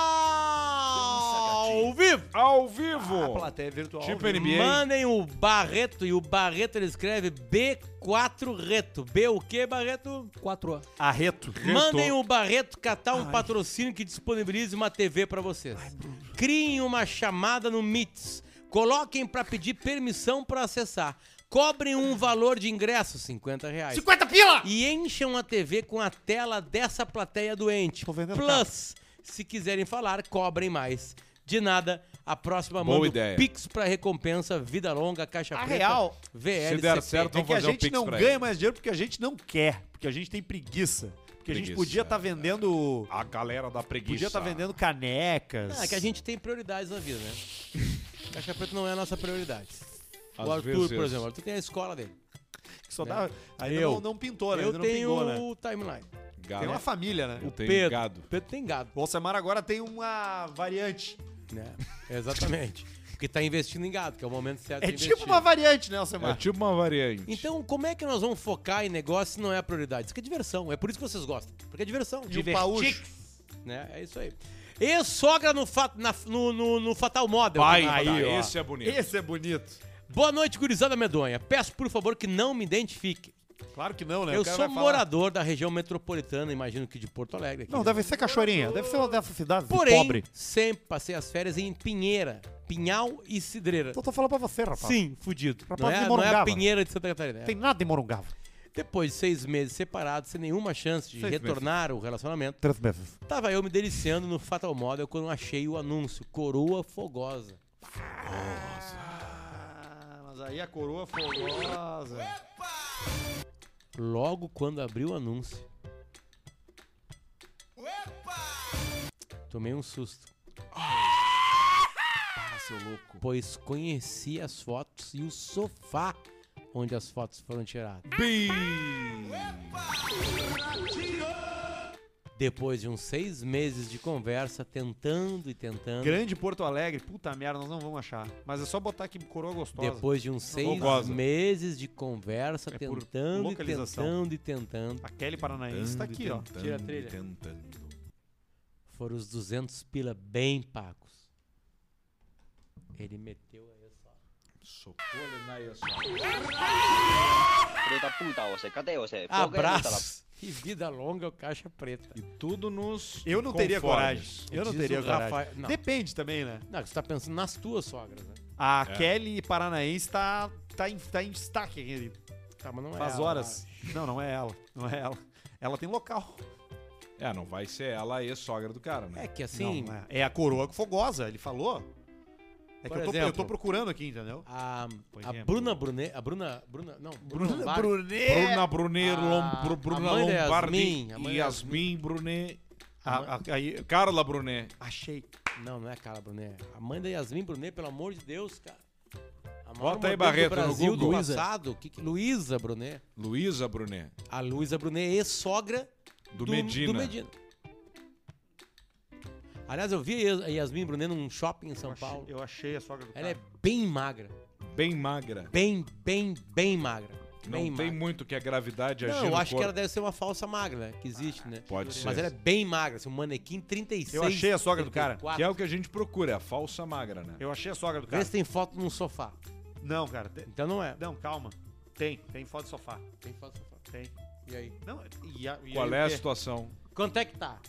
ao vivo. Ao A vivo! plateia virtual. Tipo NBA. Mandem o Barreto, e o Barreto ele escreve B4 Reto. B o que, Barreto? 4A. Arreto. Mandem o Barreto catar um patrocínio que disponibilize uma TV pra vocês. Criem uma chamada no Meets. Coloquem pra pedir permissão pra acessar. Cobrem um valor de ingresso, R$50. 50 pila! E encham a TV com a tela dessa plateia doente. Tô vendendo Plus, se quiserem falar, cobrem mais. De nada, a próxima Boa manda o ideia. Pix pra recompensa, Vida Longa, Caixa A Preta, real, VLCP. se der certo, É que a fazer um gente pix não pra ganha ele. mais dinheiro porque a gente não quer. Porque a gente tem preguiça. Porque a gente Preguiça, podia estar vendendo... A galera da preguiça. Podia estar vendendo canecas. É que a gente tem prioridades na vida, né? Caixa Preta não é a nossa prioridade. Às O Arthur, vezes. por exemplo, o Arthur tem a escola dele. Que só dá... Ainda Eu. não pintou, né? Eu Ainda não tenho pingou, né? o timeline. Gado. Tem uma família, né? Eu tenho Pedro, gado. Pedro tem gado, O Alcemar agora tem uma variante. né? Exatamente. Porque tá investindo em gado, que é o momento certo É de tipo investir. uma variante, né, É Alcemar? tipo uma variante. Então, como é que nós vamos focar em negócio se não é a prioridade? Isso aqui é diversão. É por isso que vocês gostam. Porque é diversão. E o paúcho. Né? É isso aí. E sogra no Fatal Model. Vai, Aí, tá, ó. esse é bonito. Esse é bonito. Boa noite, gurizada medonha. Peço, por favor, que não me identifique. Claro que não, né? Eu O cara sou vai falar. morador da região metropolitana, imagino que de Porto Alegre. Aqui, Não, né? deve ser Cachoeirinha. Deve ser uma dessas cidades Porém, pobre. sempre passei as férias em Pinheira, Pinhal e Cidreira. Eu tô falando pra você, rapaz. Sim, fudido. Rapaz Não de é a Morungava. Pinheira de Santa Catarina. Tem nada em Morungava. Depois de 6 meses separados, sem nenhuma chance de 6 retornar o relacionamento, 3 meses. tava eu me deliciando no Fatal Model quando achei o anúncio Coroa Fogosa. Mas aí a coroa fogosa. Logo quando abri o anúncio, tomei um susto, Seu louco. pois conheci as fotos e o sofá onde as fotos foram tiradas. Depois de uns 6 meses de conversa, tentando e tentando. Grande Porto Alegre. Puta merda, nós não vamos achar. Mas é só botar aqui coroa gostosa. Depois de uns 6 Fogosa. meses de conversa, É por tentando e localização. tentando e tentando. A Kelly Paranaense tá aqui, ó. Tira a trilha. Foram os 200 pila bem pagos. Ele meteu aí só. Socou-lhe na isso. Filho da puta, você. Cadê você? Abraço e vida longa ao Caixa Preta. E tudo nos Eu não teria coragem. conformes. Eu não Diz teria o coragem. Rafael- não. Depende também, né? Não, você tá pensando nas tuas sogras, né? A Kelly Paranaense tá em destaque aqui. Tá, mas não é Faz ela, horas. Não é ela. Não é ela. Ela tem local. Não vai ser ela a ex-sogra do cara, né? É que assim, Não, é a coroa fogosa, ele falou. É que Por eu tô exemplo, procurando aqui, entendeu? a exemplo. Bruna Brunet, Bruna Lombardi, Bruna Brunet, A- Bruna a mãe da Lombardi, Yasmin, a mãe da Yasmin Brunet, Aí, Carla Brunet. achei. Não é Carla Brunet. A mãe da Yasmin Brunet, pelo amor de Deus, cara. A Bota maior aí, modelo Barreto, do no Brasil do Google. passado. Luísa Brunet. Luísa Brunet. A Luísa Brunet, ex-sogra Do Medina. Aliás, eu vi a Yasmin Brunet num shopping em São Paulo. Eu achei a sogra do Ela é cara. bem magra. Bem magra. Bem magra. Não Bem tem magra. muito que a gravidade agir Não, eu no acho que corpo. ela deve ser uma falsa magra, né? Que existe, né? Pode ser. Mas ela é bem magra, assim, um manequim 36. Eu achei a sogra do cara. 34. Que é o que a gente procura, é a falsa magra, né? Eu achei a sogra do Vê cara. se tem foto num sofá. Não, cara. Então não é. Não, calma. Tem foto de sofá. Tem foto no sofá. Tem. E aí? Não, e Qual aí é o a quê? situação? Quanto é que tá?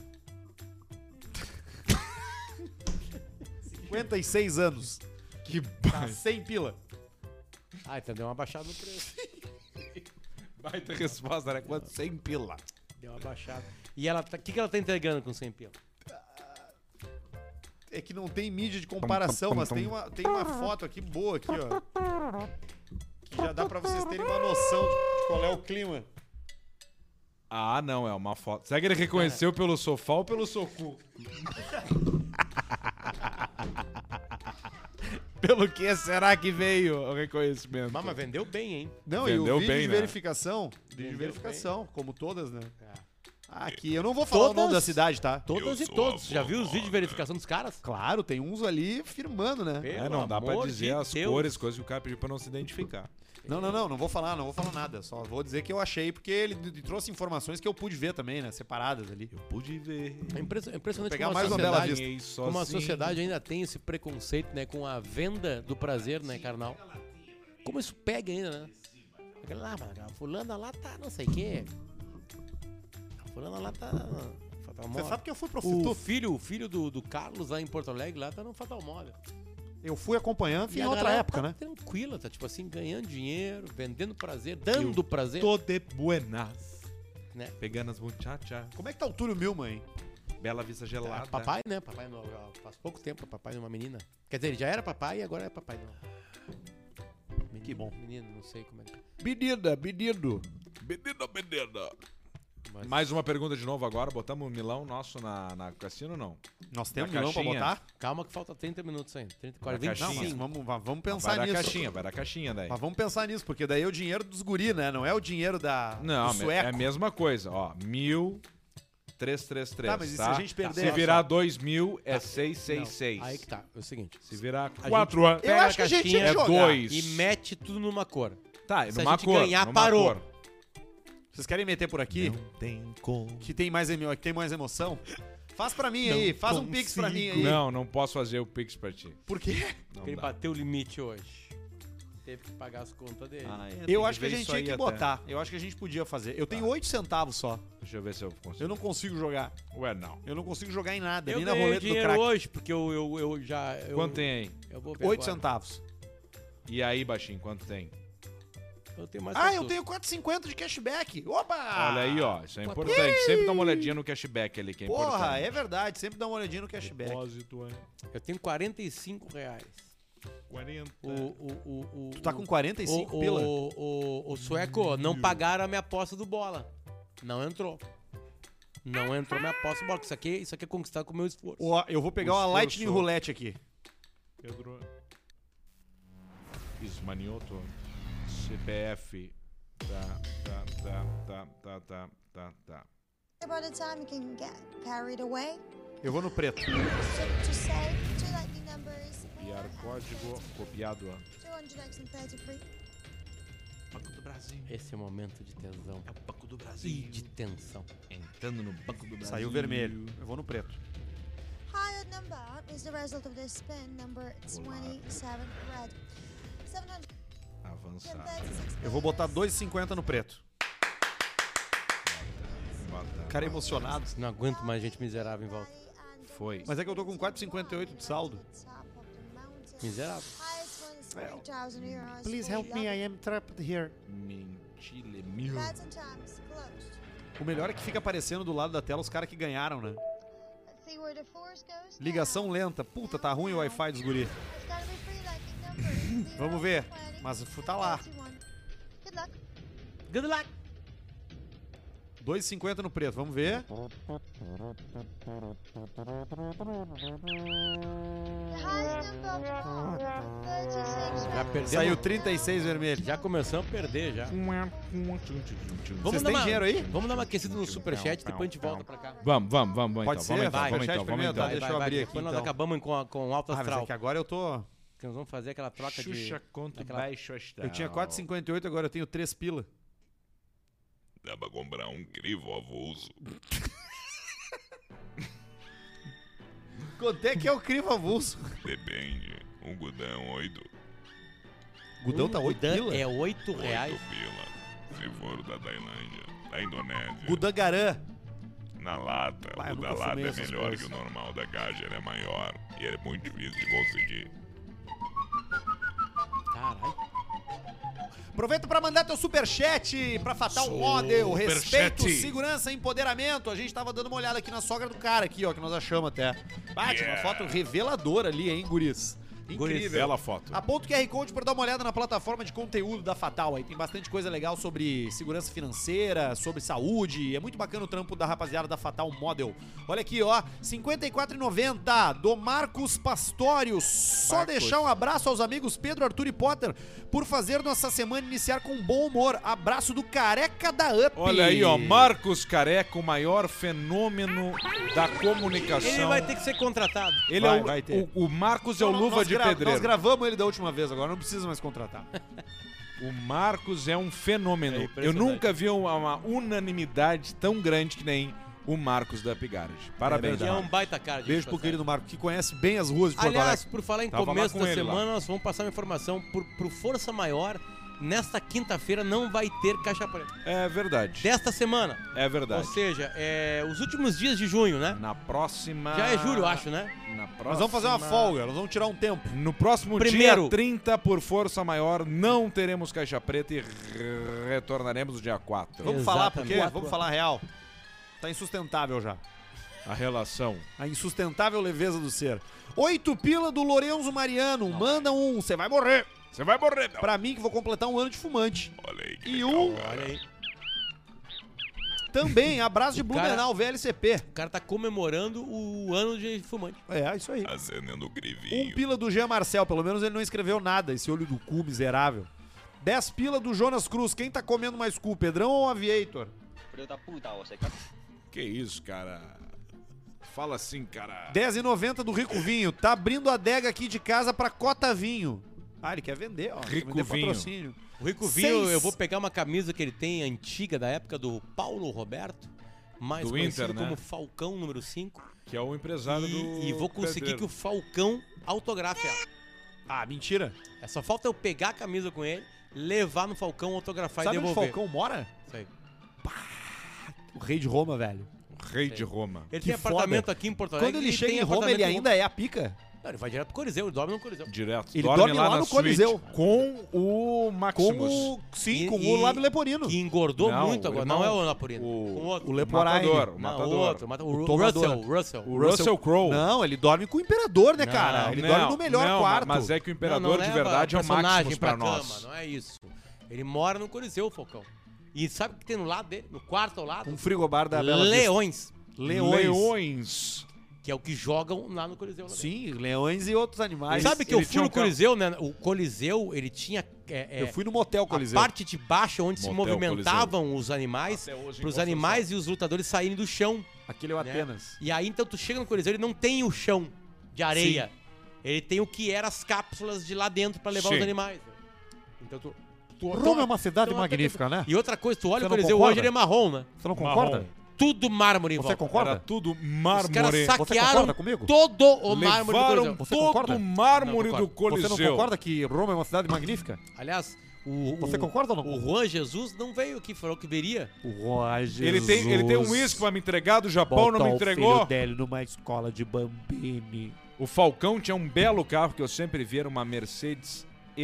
56 anos. Que Tá 100 pila. Ah, então deu uma baixada no preço. baita resposta, né? Quanto? 100 pila. Deu uma baixada. E ela o que ela tá entregando com 100 pila? É que não tem mídia de comparação, mas tem uma foto aqui boa aqui, ó. Que já dá pra vocês terem uma noção de qual é o clima. Ah, não, é uma foto. Será que ele reconheceu pelo sofá ou pelo soco? Pelo que será que veio o reconhecimento? Mas vendeu bem, hein? Não, e Vendeu o vídeo bem, de né? verificação. Vídeo de Vendeu verificação, como todas, né? É. Aqui, eu não vou falar o nome Todas? da cidade, tá? Todas e todos. Já viu os vídeos de verificação dos caras? Claro, tem uns ali firmando, né? Pelo Não dá pra amor dizer de as Deus. cores, coisas que o cara pediu pra não se identificar. Não vou falar nada. Só vou dizer que eu achei, porque ele trouxe informações que eu pude ver também, né? Separadas ali. Eu pude ver. É impressionante Pegar como mais a uma bela sociedade, vista. como a sociedade ainda tem esse preconceito, né? Com a venda do prazer, né, carnal? Como isso pega ainda, né? Aquela lá, mano, a fulana lá tá não sei o quê. A fulana lá tá... Fatal Você Model. sabe que eu fui O prostituto. filho do Carlos lá em Porto Alegre lá tá no Fatal Model. Eu fui acompanhando E em a outra galera época, tá né? tranquila, tá tipo assim, ganhando dinheiro, vendendo prazer, dando prazer, Tô de buenas. né? Pegando as muchachas. Como é que tá o Túlio Milman, hein? Bela vista gelada. Papai, né? Papai não, faz pouco tempo papai de uma menina. Quer dizer, ele já era papai e agora é papai não. Menino, Que bom. Menino, não sei como é que... Menina, menino. Menina. Mas- Mais uma pergunta de novo agora. Botamos o Milão nosso na cassino ou não? Nós temos Na milão pra caixinha. botar? Calma que falta 30 minutos ainda. 30, Na 40, Não, mas 25. vamos Vai pensar da nisso. caixinha, vai da caixinha daí. Mas vamos pensar nisso, porque daí é o dinheiro dos guri, né? Não é o dinheiro Não, do sueco. é a mesma coisa. Ó, 1.333, Tá, mas e se tá? a gente perder? Se virar 2.000, é 666. Aí que tá, é o seguinte. Se virar A 4 anos, Eu Pega acho que a gente tinha caixinha, que é jogar. 2. E mete tudo numa cor. Tá, Se a numa gente cor. ganhar, numa parou. cor. Vocês querem meter por aqui? tem como. Que tem mais emoção? Faz pra mim aí, faz um pix pra mim aí. Não posso fazer o Pix pra ti. Por quê? Não Porque ele dá. bateu o limite hoje. Teve que pagar as contas dele. Eu acho que a gente tinha que botar. Eu acho que a gente podia fazer. Eu tenho 8 centavos só. Deixa eu ver se eu consigo. Eu não consigo jogar. Ué, não. Eu não consigo jogar em nada, Eu nem na ganhei roleta do dinheiro crack. hoje, porque eu já... Quanto tem aí? Eu vou ver 8 agora. centavos. E aí, baixinho, quanto tem? Eu tenho mais Ah, que eu tu. tenho 4,50 de cashback. Opa! Olha aí, ó. Isso é importante. Sempre dá uma olhadinha no cashback ali, que é Porra, importante. é verdade. Sempre dá uma olhadinha no cashback. Depósito, hein? Eu tenho R$45. 40. Tu tá com 45 pila? O sueco, não pagaram a minha aposta do bola. Não entrou. Não entrou minha aposta do bola. Isso aqui é conquistado com o meu esforço. Ó, eu vou pegar uma Esforço. Lightning Roulette aqui. Pedro Ismanioto. CPF. Tá. By the time you can get carried away, Eu vou no preto. so to say, two lightning numbers, Enviar código copiado. 233. Banco do Brasil. Esse é o momento de tesão. É o Banco do E Brasil. de tensão. Entrando no Banco do Brasil. Saiu vermelho. Eu vou no preto. Higher number is the result of the spin, number 27 red. 736. Avançar. Eu vou botar 2,50 no preto. Bota. Cara emocionado. Não aguento mais gente miserável em volta. Foi. Mas é que eu tô com 4,58 de saldo. Miserável. Please help me, I am trapped here. Mentile mil. Beds and times closed. O melhor é que fica aparecendo do lado da tela os caras que ganharam, né? Let's see where the force goes now. Ligação lenta. Puta, tá ruim o Wi-Fi dos guri. It's gotta be free lightning number. Vamos ver. 0, Mas tá lá. 31. Good luck. Good luck. 2,50 no preto. Vamos ver. The highest number of all, 36 Já red. perdemos. Saiu 36 vermelho. Já começamos a perder já. Vocês têm dinheiro aí? Vamos dar uma aquecida no superchat, depois a gente volta pra cá. Vamos Pode então. ser? Vamos então, Vai, vamos superchat então, vamos primeiro, então. tá? Deixa eu abrir aqui, Depois nós então. acabamos com alto Ah, mas astral. é que agora eu tô... Que nós vamos fazer aquela troca de... Xuxa contra aquela- baixo astral. Eu tinha 4,58, agora eu tenho 3 pila. Dá pra comprar um crivo avulso. Quanto é que é o crivo avulso? Depende. Um gudão 8. Gudão tá 8 Gudan pila? é R$8. Pila. Se for da Tailândia. Da Indonésia. Gudã Garã. Na lata. Vai, eu O da nunca lata fumei é essas melhor coisas. que o normal da caixa. Ele é maior. E ele é muito difícil de conseguir. Caralho. Aproveita pra mandar teu superchat pra Fatal Model. Respeito, segurança e empoderamento. A gente tava dando uma olhada aqui na sogra do cara aqui, ó, que nós achamos até. Ah, tinha uma foto reveladora ali, hein, guris? Incrível. Bela foto. Aponta o QR Code para dar uma olhada na plataforma de conteúdo da Fatal. Aí tem bastante coisa legal sobre segurança financeira, sobre saúde. É muito bacana o trampo da rapaziada da Fatal Model. Olha aqui, ó, R$ 54,90 do Marcos Pastório. Só deixar um abraço aos amigos Pedro, Arthur e Potter por fazer nossa semana iniciar com bom humor. Abraço do Careca da Up. Olha aí, ó, Marcos Careca, o maior fenômeno da comunicação. Ele vai ter que ser contratado. Ele Vai, é vai ter. o Marcos é o luva de Nós pedreiro. gravamos ele da última vez, agora não precisa mais contratar. O Marcos é um fenômeno. É Eu impressionante. nunca vi uma unanimidade tão grande que nem o Marcos da Pigarage. Parabéns, Que é um Marcos. baita cara de Beijo pro passagem. querido Marco, que conhece bem as ruas de Porto Aliás, Alegre. por falar em Tava lá começo com da ele lá. semana, nós vamos passar uma informação pro Força Maior. Nesta quinta-feira não vai ter caixa preta. É verdade. Desta semana. É verdade. Ou seja, os últimos dias de junho, né? Na próxima... Já é julho, eu acho, né? Na próxima... Nós vamos fazer uma folga, nós vamos tirar um tempo. No próximo Primeiro. dia 30, por força maior, não teremos caixa preta e retornaremos no dia 4. Vamos falar porque, Exatamente. vamos falar a real. Tá insustentável já. A relação. A insustentável leveza do ser. 8 pila do Lorenzo Mariano. Manda um, você vai morrer. Você vai morrer, meu. Pra mim que vou completar um ano de fumante. Olha aí que E legal, um cara. Olha aí. também, abraço de O cara- Blumenau, VLCP. O cara tá comemorando o ano de fumante. É, isso aí. Acendendo o Um grivinho. pila do Jean Marcel, pelo menos ele não escreveu nada, esse olho do cu miserável. 10 pila do Jonas Cruz. Quem tá comendo mais cu, Pedrão ou Aviator? Que isso, cara? Fala assim, cara. 10,90 do Rico Vinho. Tá abrindo a adega aqui de casa pra Cota Vinho. Ah, ele quer vender, ó. Rico quer vender Vinho. patrocínio. O Rico Vinho, 6. eu vou pegar uma camisa que ele tem antiga, da época do Paulo Roberto, mais Do conhecido Inter, né? como Falcão número 5. Que é o empresário do... E vou conseguir pedreiro. que o Falcão autografe ela. Ah, mentira. É só falta eu pegar a camisa com ele, levar no Falcão, autografar Sabe e onde o devolver. Falcão mora? Isso aí. O rei de Roma, velho. Rei de Roma. Ele Que tem apartamento foda. aqui em Porto Alegre. Quando ele e chega tem em Roma, ele apartamento ainda é a pica? Não, ele vai direto pro Coliseu, ele dorme no Coliseu. Direto. Ele dorme lá na no suíte Coliseu. Com o Maximus. Com o Lábio Leporino. Que engordou Não, muito o agora. irmão- Não é o Napolino. o- Com outro. O Leporine. Matador. Não, Matador. o outro. O tomador. Russell. O Russell Crowe. Não, ele dorme com o imperador, né, Não, cara? Ele Não, dorme no melhor não, quarto. Mas é que o imperador Não de leva verdade é o personagem Maximus pra cama, nós. não é isso. Ele mora no Coliseu, Falcão. E sabe o que tem no lado dele? No quarto ao lado? Um frigobar da Bela Vista. Leões. Leões. Que é o que jogam lá no Coliseu. Né? Sim, leões e outros animais. Sabe que eu ele fui tinha no um carro- Coliseu, né? O Coliseu, ele tinha... Eu fui no motel Coliseu. A parte de baixo onde se Motel movimentavam os animais, Até hoje em para os construção. animais e os lutadores saírem do chão. Aquele é o né? Atenas. E aí, então, tu chega no Coliseu, ele não tem o chão de areia. Ele tem o que eram as cápsulas de lá dentro para levar Sim. os animais. né? Então, Roma é uma cidade então, magnífica, né? E outra coisa, tu olha Você o não Coliseu concorda? hoje, ele é marrom, né? Você não concorda? Marrom. Tudo mármore em Você volta. concorda? Era tudo Os caras mármore. saquearam concorda comigo? todo o mármore do Levaram Coliseu. Você todo concorda? o mármore Não, do concordo. Você Coliseu. não concorda que Roma é uma cidade magnífica? Aliás, Você concorda ou não? o Juan Jesus não veio aqui, falou que viria. Ele tem um uísque pra me entregar do Japão, não me entregou. dele numa escola de Bambini. O Falcão tinha um belo carro que eu sempre vi, era uma Mercedes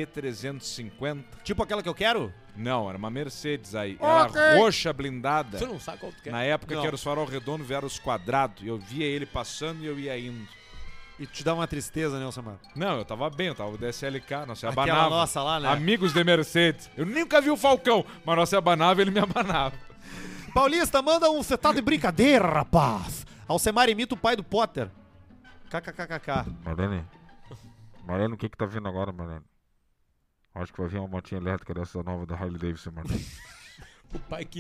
E350. Tipo aquela que eu quero? Não, era uma Mercedes aí. Era roxa blindada. Você não sabe qual tu quer. Na época Não. que era os farol redondo, vieram os quadrados. Eu via ele passando e eu ia indo. E te dá uma tristeza, né, Alcemar? Não, eu tava bem, eu tava o DSLK, nós se Aquela abanava. nossa lá, né? Amigos de Mercedes. Eu nunca vi o Falcão, mas nós se abanava e ele me abanava. Paulista, manda um você tá de brincadeira, rapaz. Alcemar imita o pai do Potter. KKKKK. Marlene, o que tá vindo agora, Marlene? Acho que vai vir uma motinha elétrica dessa nova da Harley Davidson, Marlene. O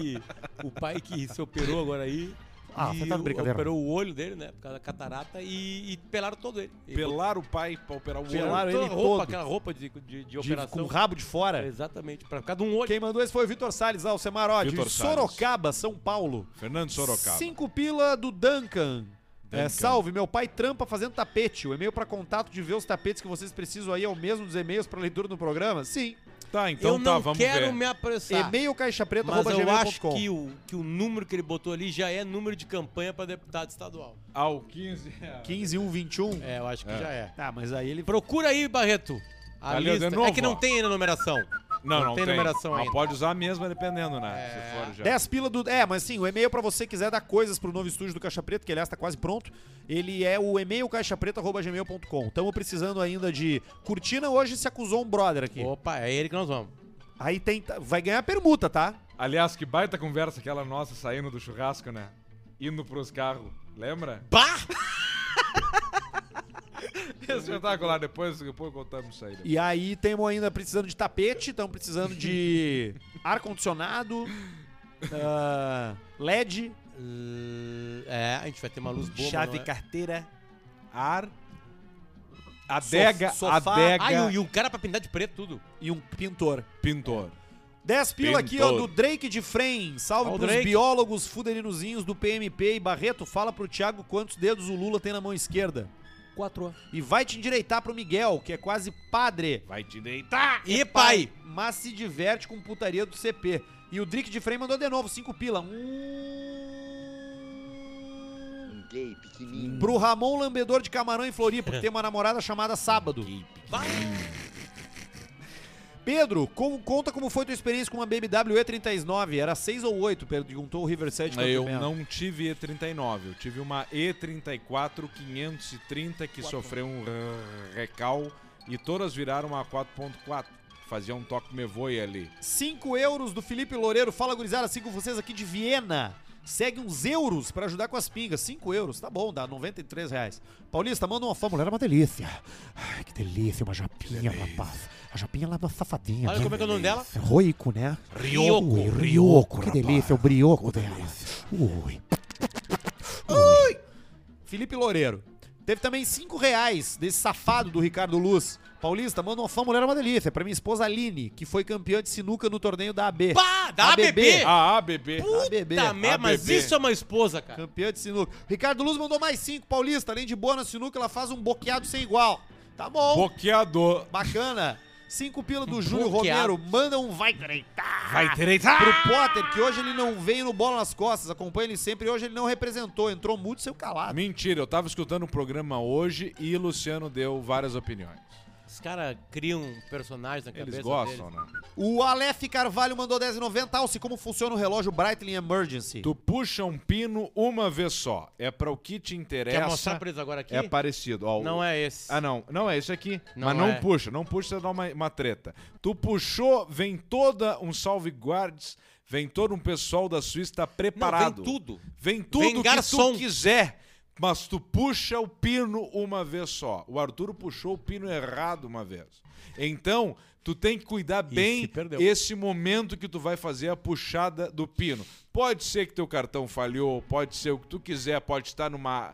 pai que se operou agora aí. Ah, e você tá de brincadeira. operou o olho dele, né? Por causa da catarata e pelaram todo ele. E Pelar o pai pra operar o olho. Pelaram botou ele a roupa, todo. aquela roupa de Com operação. o rabo de fora. Exatamente, pra cada um olho. Quem mandou esse foi o Vitor Salles, Alcemar, ó, de Vitor Salles. Sorocaba, São Paulo. Fernando Sorocaba. 5 pila do Duncan. Salve, meu pai trampa fazendo tapete. O e-mail pra contato de ver os tapetes que vocês precisam aí é o mesmo dos e-mails pra leitura no programa? Sim. Tá, então eu não vamos quero ver. me apressar. E-mail caixapreta Mas eu acho gmail.com. que o número que ele botou ali já é número de campanha pra deputado estadual. Ao 15 reais. 15121. É, eu acho que já é. Ah, mas aí ele... Procura aí, Barreto. A Ali, lista. de novo, É que não ó. tem ainda numeração. Não tem numeração Mas ainda. pode usar a mesma dependendo, né? Se for já. 10 pila do... mas sim, o e-mail pra você quiser dar coisas pro novo estúdio do Caixa Preta, que aliás tá quase pronto, ele é o e-mail caixapreta@gmail.com. Tamo precisando ainda de cortina, hoje se acusou um brother aqui. Opa, é ele que nós vamos. Aí tem... vai ganhar permuta, tá? Aliás, que baita conversa aquela nossa saindo do churrasco, né? Indo pros carros. Lembra? Bah! Espetacular. Depois contamos isso aí. E aí temos ainda precisando de tapete, estamos precisando de ar-condicionado, LED, A gente vai ter uma luz boa. chave mas não é. carteira, Ar. Adega. sofá. Adega. E o cara pra pintar de preto tudo. e um pintor. Pintor. 10 pila aqui, ó, Pintor. do Drake de Frem. Salve Ó, o pros Drake. biólogos fuderinozinhos do PMP. E Barreto, fala pro Thiago quantos dedos o Lula tem na mão esquerda. 4 E vai te endireitar pro Miguel, que é quase padre. Vai te deitar. E pai! Mas se diverte com putaria do CP. E o Drake de Frem mandou de novo, 5 pila. Gay, pequenininho. Pro Ramon Lambedor de Camarão em Floripa, que tem uma namorada chamada Sábado. Pedro, conta como foi tua experiência com uma BMW E39. Era 6 ou 8? Perguntou o Riverside. Eu não tive E39, eu tive uma E34 530 que sofreu um recal e todas viraram a 4.4. Fazia um toque me voe ali. 5 euros do Felipe Loureiro. Fala, gurizada, sigo vocês aqui de Viena. Segue uns euros pra ajudar com as pingas. 5 euros, tá bom, dá 93 reais. Paulista, manda uma fama. Mulher é uma delícia. Ai, que delícia, uma japinha, rapaz. A japinha lá é uma safadinha. Olha como é que é o nome dela? Roico, né? Rioco. Ui, Rioco, que delícia, o brioco dela. Ui. Felipe Loureiro. Teve também 5 reais desse safado do Ricardo Luz. Paulista, manda uma fã, mulher é uma delícia. Pra minha esposa Aline, que foi campeã de sinuca no torneio da AB. Pá! Da ABB. ABB! A ABB. ABB. Tá merda, mas ABB. isso é uma esposa, cara. Campeã de sinuca. Ricardo Luz mandou mais 5. Paulista, além de boa na sinuca, ela faz um boqueado sem igual. Tá bom. Boqueador. Bacana. 5 pila do Júlio Bloqueado. Romero. Manda um vai treitar. Vai treitar. Pro Potter, que hoje ele não veio no Bola nas Costas. Acompanha ele sempre e hoje ele não representou. Entrou muito e saiu calado. Mentira, eu tava escutando um programa hoje e Luciano deu várias opiniões. Os caras criam personagens na cabeça Eles gostam, deles. né? O Aleph Carvalho mandou 10,90. Alce, como funciona o relógio Breitling Emergency? Tu puxa um pino uma vez só. É pra o que te interessa. Quer mostrar pra eles agora aqui? É parecido. Ó, Não é esse. Ah, não. Não é esse aqui. Não Mas não é. puxa. Não puxa, você dá uma treta. Tu puxou, vem toda um salve-guards, vem todo um pessoal da Suíça, tá preparado. Não, vem tudo. Vem tudo Vem que garçom. tu quiser. Mas tu puxa o pino uma vez só. O Arturo puxou o pino errado uma vez. Então, tu tem que cuidar bem se perdeu. esse momento que tu vai fazer a puxada do pino. Pode ser que teu cartão falhou, pode ser o que tu quiser, pode estar numa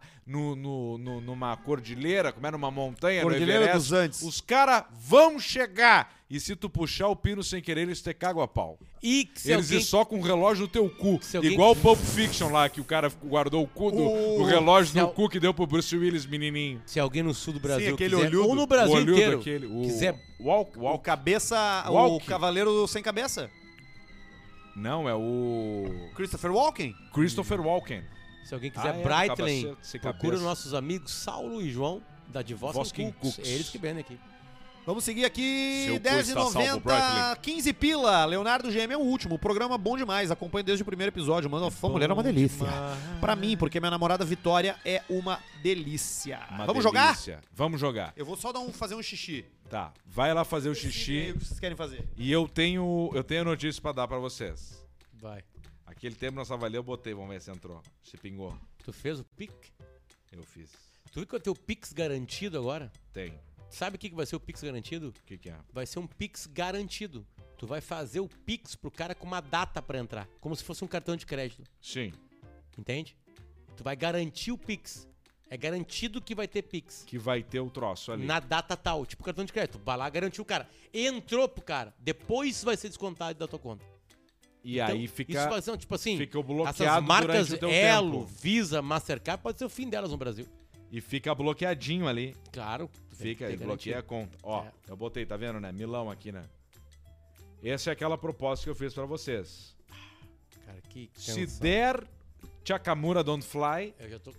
cordilheira, como é, numa montanha, Cordilheira no Everest. dos Andes. Os caras vão chegar. E se tu puxar o pino sem querer, eles te cagam a pau. E se Eles alguém... ir só com o relógio no teu cu. Se alguém- Igual o Pulp Fiction lá, que o cara guardou o cu do relógio Se no al- cu que deu pro Bruce Willis menininho. Se alguém no sul do Brasil aquele quiser, olhudo. ou no Brasil O olhudo inteiro, daquele, quiser... O cabeça... O Walk. cavaleiro sem cabeça. Não, é o Christopher Walken. Christopher Walken. Se alguém quiser Ah, é, Breitling, capacete, sem procura cabeça. os nossos amigos Saulo e João, da Divoskin Voskin Cooks. Cooks. Eles que vendem aqui. Vamos seguir aqui, Seu cu está salvo, 10,90, Breitling. 15 pila. Leonardo GM é o último. O programa bom demais. Acompanho desde o primeiro episódio. Manda uma mulher é uma delícia. Pra mim, porque minha namorada Vitória é uma delícia. Uma Vamos delícia. Vamos jogar. Eu vou só fazer um xixi. Tá, vai lá fazer o E aí, xixi. o que vocês querem fazer? E eu tenho notícia pra dar pra vocês. Vai. Aquele tempo nós avaliamos, eu botei, vamos ver se entrou. Se pingou. Tu fez o Pix? Eu fiz. Tu viu que vai ter o Pix garantido agora? Tem. Sabe o que vai ser o Pix garantido? O que é? Vai ser um Pix garantido. Tu vai fazer o Pix pro cara com uma data pra entrar. Como se fosse um cartão de crédito. Sim. Entende? Tu vai garantir o Pix. É garantido que vai ter Pix. Que vai ter o troço ali. Na data tal. Tipo cartão de crédito. Vai lá garantir o cara. Entrou pro cara. Depois vai ser descontado da tua conta. E Então, aí fica. Isso vai ser, tipo assim... fica bloqueado essas marcas durante o teu Elo, tempo. Visa, Mastercard, pode ser o fim delas no Brasil. E fica bloqueadinho ali. Claro. Fica tem e que bloqueia a garantir. conta. Ó, É. eu botei, tá vendo, né? Milão aqui, né? Essa é aquela proposta que eu fiz pra vocês. Cara, que Se canção. der Chakamura Don't Fly, Eu já tô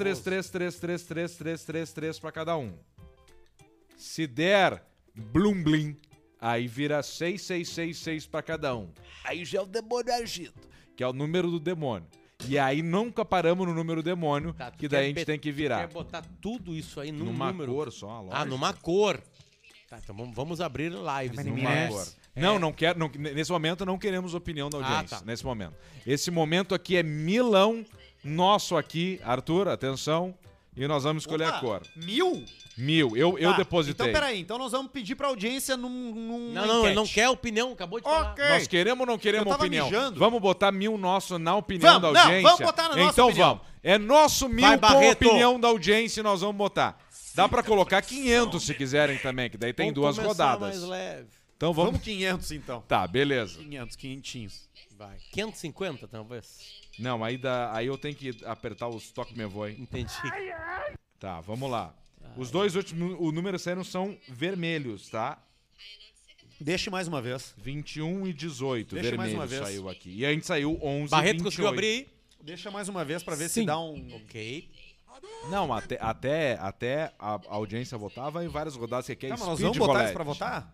3 pra cada um. Se der Blum Blim, aí vira 6 pra cada um. Aí já é o demônio agido, que é o número do demônio. E aí nunca paramos no número demônio, Tá, tu que daí quer a gente tem que virar. Quer botar tudo isso aí num Numa número? cor só, lógico. Ah, numa cor. Tá, então vamos abrir lives. Numa cor. Não quero. Nesse momento não queremos opinião da audiência. tá. Nesse momento. Esse momento aqui é milão nosso aqui, Arthur, atenção. E nós vamos escolher Opa, a cor. 1.000? 1000. Eu Tá, depositei. Então, peraí. Então nós vamos pedir pra audiência num Não, ele não quer opinião, acabou de falar. Ok. Nós queremos ou não queremos Eu tava opinião? mijando. Vamos botar 1000 nosso na opinião Vamos, da não, audiência? vamos botar na nossa Então opinião. vamos. É nosso 1000 Vai, com a Barreto. opinião da audiência e nós vamos botar. Dá pra colocar 500 se quiserem também, que daí tem Vamos duas começar rodadas. mais leve. Então Vamos vamos. 500 então. Tá, beleza. 500, 500. Vai. 550, talvez. Não, aí eu tenho que apertar os toque me voe. Entendi. Tá, vamos lá. Os dois últimos o número saíram são vermelhos, tá? Deixe mais uma vez. 21 e 18, Deixa mais vermelho uma vez. saiu aqui. E a gente saiu 11 e Barreto 28. conseguiu abrir aí? Deixa mais uma vez pra ver Sim. se dá um... Ok. Não, até a audiência votar vai em várias rodadas que aqui é Tá, mas nós speed vamos botar roulette. isso pra votar?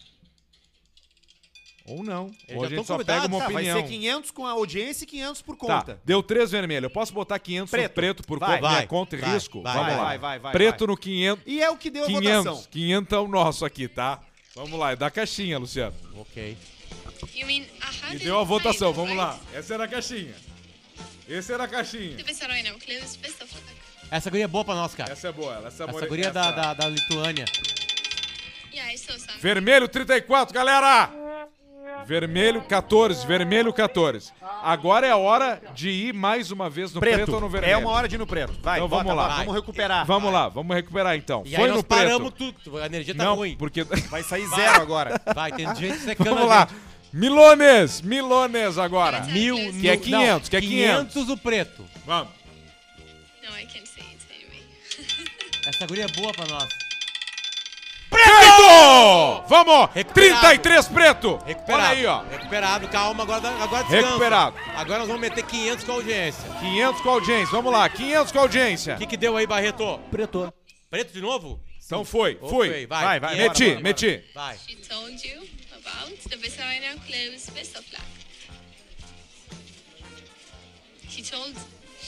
Ou não. Eles Ou a já gente tão só convidados, pega uma Tá, vai opinião. ser 500 com a audiência e 500 por Tá, conta. deu 3 vermelho. Eu posso botar 500 Preto. no preto por Vai, conta, minha vai, conta e vai, risco? vai, Vamos vai, lá. vai, Preto vai. no 500. E é o que deu a 500. votação. 500 é o nosso aqui, tá? Vamos lá, é da caixinha, Luciano. Ok. You mean E deu a votação, vamos lá. Essa era a caixinha. Essa era a caixinha. Du visste redan innan Kleves bästa fråga. Essa guria é boa pra nós, cara. Essa é boa, essa é boa. Essa guria é da Lituânia. Jag är så sann. Vermelho 34, galera! Vermelho 14, vermelho 14. Agora é a hora de ir mais uma vez no preto, ou no vermelho. É uma hora de ir no preto. Vai, Então bota, vamos lá. bota, vamos recuperar. Vamos lá, vamos recuperar então. E Foi aí no nós preto. paramos tudo. A energia tá Não, ruim. porque... Vai sair zero agora. Vai, tem gente secando Vamos a lá. gente. Milones agora. Mil Que é no- 500, não, que é 500. 500 o preto. Vamos. No, I can't say it anyway. Essa guria é boa pra nós. Preto! Vamos! Recuperado. 33 preto! Recuperado. Olha aí, ó. Recuperado, calma, agora descansa. Recuperado. Agora nós vamos meter 500 com a audiência. 500 com a audiência, vamos lá, 500 com a audiência. O que deu aí, Barreto? Preto. Preto de novo? Então foi. Ok, vai. Meti, Bora. meti. Vai. She told you about the designer clothes best of luck. She told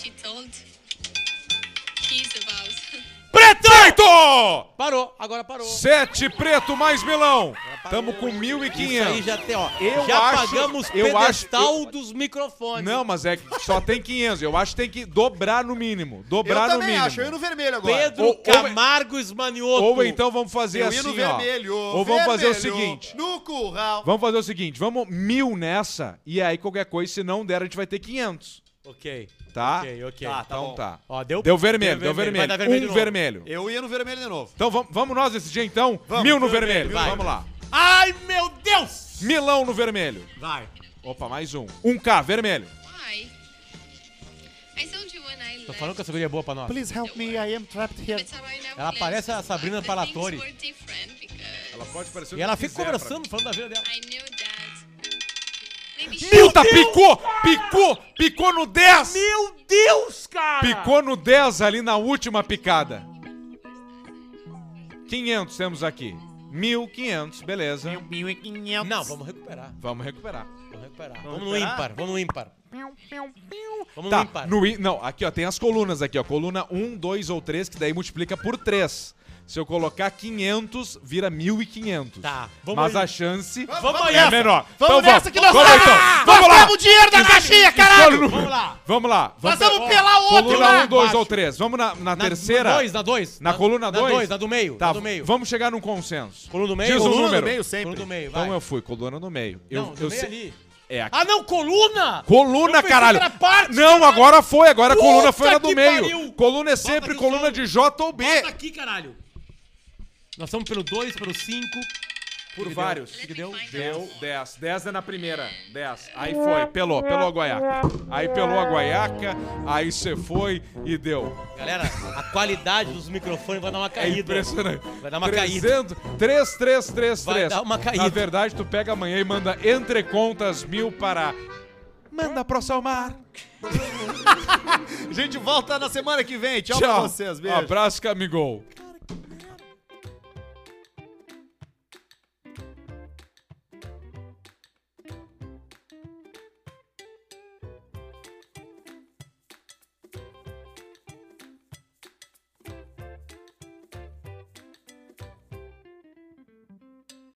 he's about. Preto! Parou, agora parou. 7 preto mais milão. Tamo com Isso aí 1.500. já tem, ó. Eu já acho- pagamos o eu pedestal dos microfones. Não, mas é que só tem 500. Eu acho que tem que dobrar no mínimo. Eu Dobrar no também mínimo. acho, eu ia no vermelho agora. Pedro Camargo Esmanioto. Ou então vamos fazer Eu ia no assim, ó. vermelho. Ou vamos fazer o vermelho, seguinte. No curral. Vamos fazer o seguinte, vamos 1.000 nessa e aí qualquer coisa, se não der, a gente vai ter 500, Ok. tá? Ok. Tá Então bom. tá. Ó, deu Vermelho, deu Vai vermelho. dar vermelho de novo. Vermelho. Eu ia no vermelho de novo. Então vamos nós decidir então? Vamos, 1.000 no vermelho, vermelho. vai. Vamos lá. Ai, meu Deus! Milão no vermelho. Vai. Opa, mais um. 1K, vermelho. Why? I told you when I Tô left. falando que essa guria é boa pra nós. Please help me, I am trapped here. But I never Ela left. parece a Sabrina The Palatori. things were different because Ela pode parecer o E ela que fica quiser pra conversando, falando da vida dela. I knew that. Maybe she Puta, picou no 10! Meu Deus, cara! Picou no 10 ali na última picada. 500 temos aqui. 1.500, beleza. 1.500. Não, vamos recuperar. Vamos recuperar. Vamos no ímpar, vamos no ímpar. Vamos no Tá, ímpar. não, aqui ó, tem as colunas aqui ó, coluna 1, 2 ou 3, que daí multiplica por 3. Se eu colocar 500, vira 1.500. Tá, vamos Mas aí. a chance Vamos aí. é menor. Vamos nessa que nós vamos vamos! então. Nós Vamos lá. temos o dinheiro da caixinha, caralho! Vamos lá. Vamos lá. Nós vamos pelar o outro Coluna lá! 1, 2 Baixo. ou 3. Vamos na Na terceira. Na 2. Na coluna 2? Na do meio. Tá, Na do meio. vamos chegar num consenso. Coluna do meio? Diz o Coluna número. no meio sempre. Coluna do meio, vai. Então eu fui, coluna no meio. Não, do meio sei- ali. É aqui. Ah, não, coluna! Coluna, Eu pensei caralho! que era parte, Não, caralho. agora foi, agora a Puta coluna foi na do que meio. pariu. Coluna é Bota sempre aqui o coluna som. de J ou B. Bota aqui, caralho. Nós estamos pelo 2, pelo 5. Por Que vários. deu? Que deu? Deu 10. 10 é na primeira. 10. Aí foi. Pelou a guaiaca. Aí pelou a guaiaca. Aí você foi e deu. Galera, a qualidade dos microfones vai dar uma É caída. impressionante. Vai dar uma caída. 3, 3, 3, Vai 3. dar uma caída. Na verdade, tu pega amanhã e manda entre contas 1.000 para... Manda pro Salmar. A gente volta na semana que vem. Tchau, Tchau. pra vocês. Beijo. Abraço, Camigol.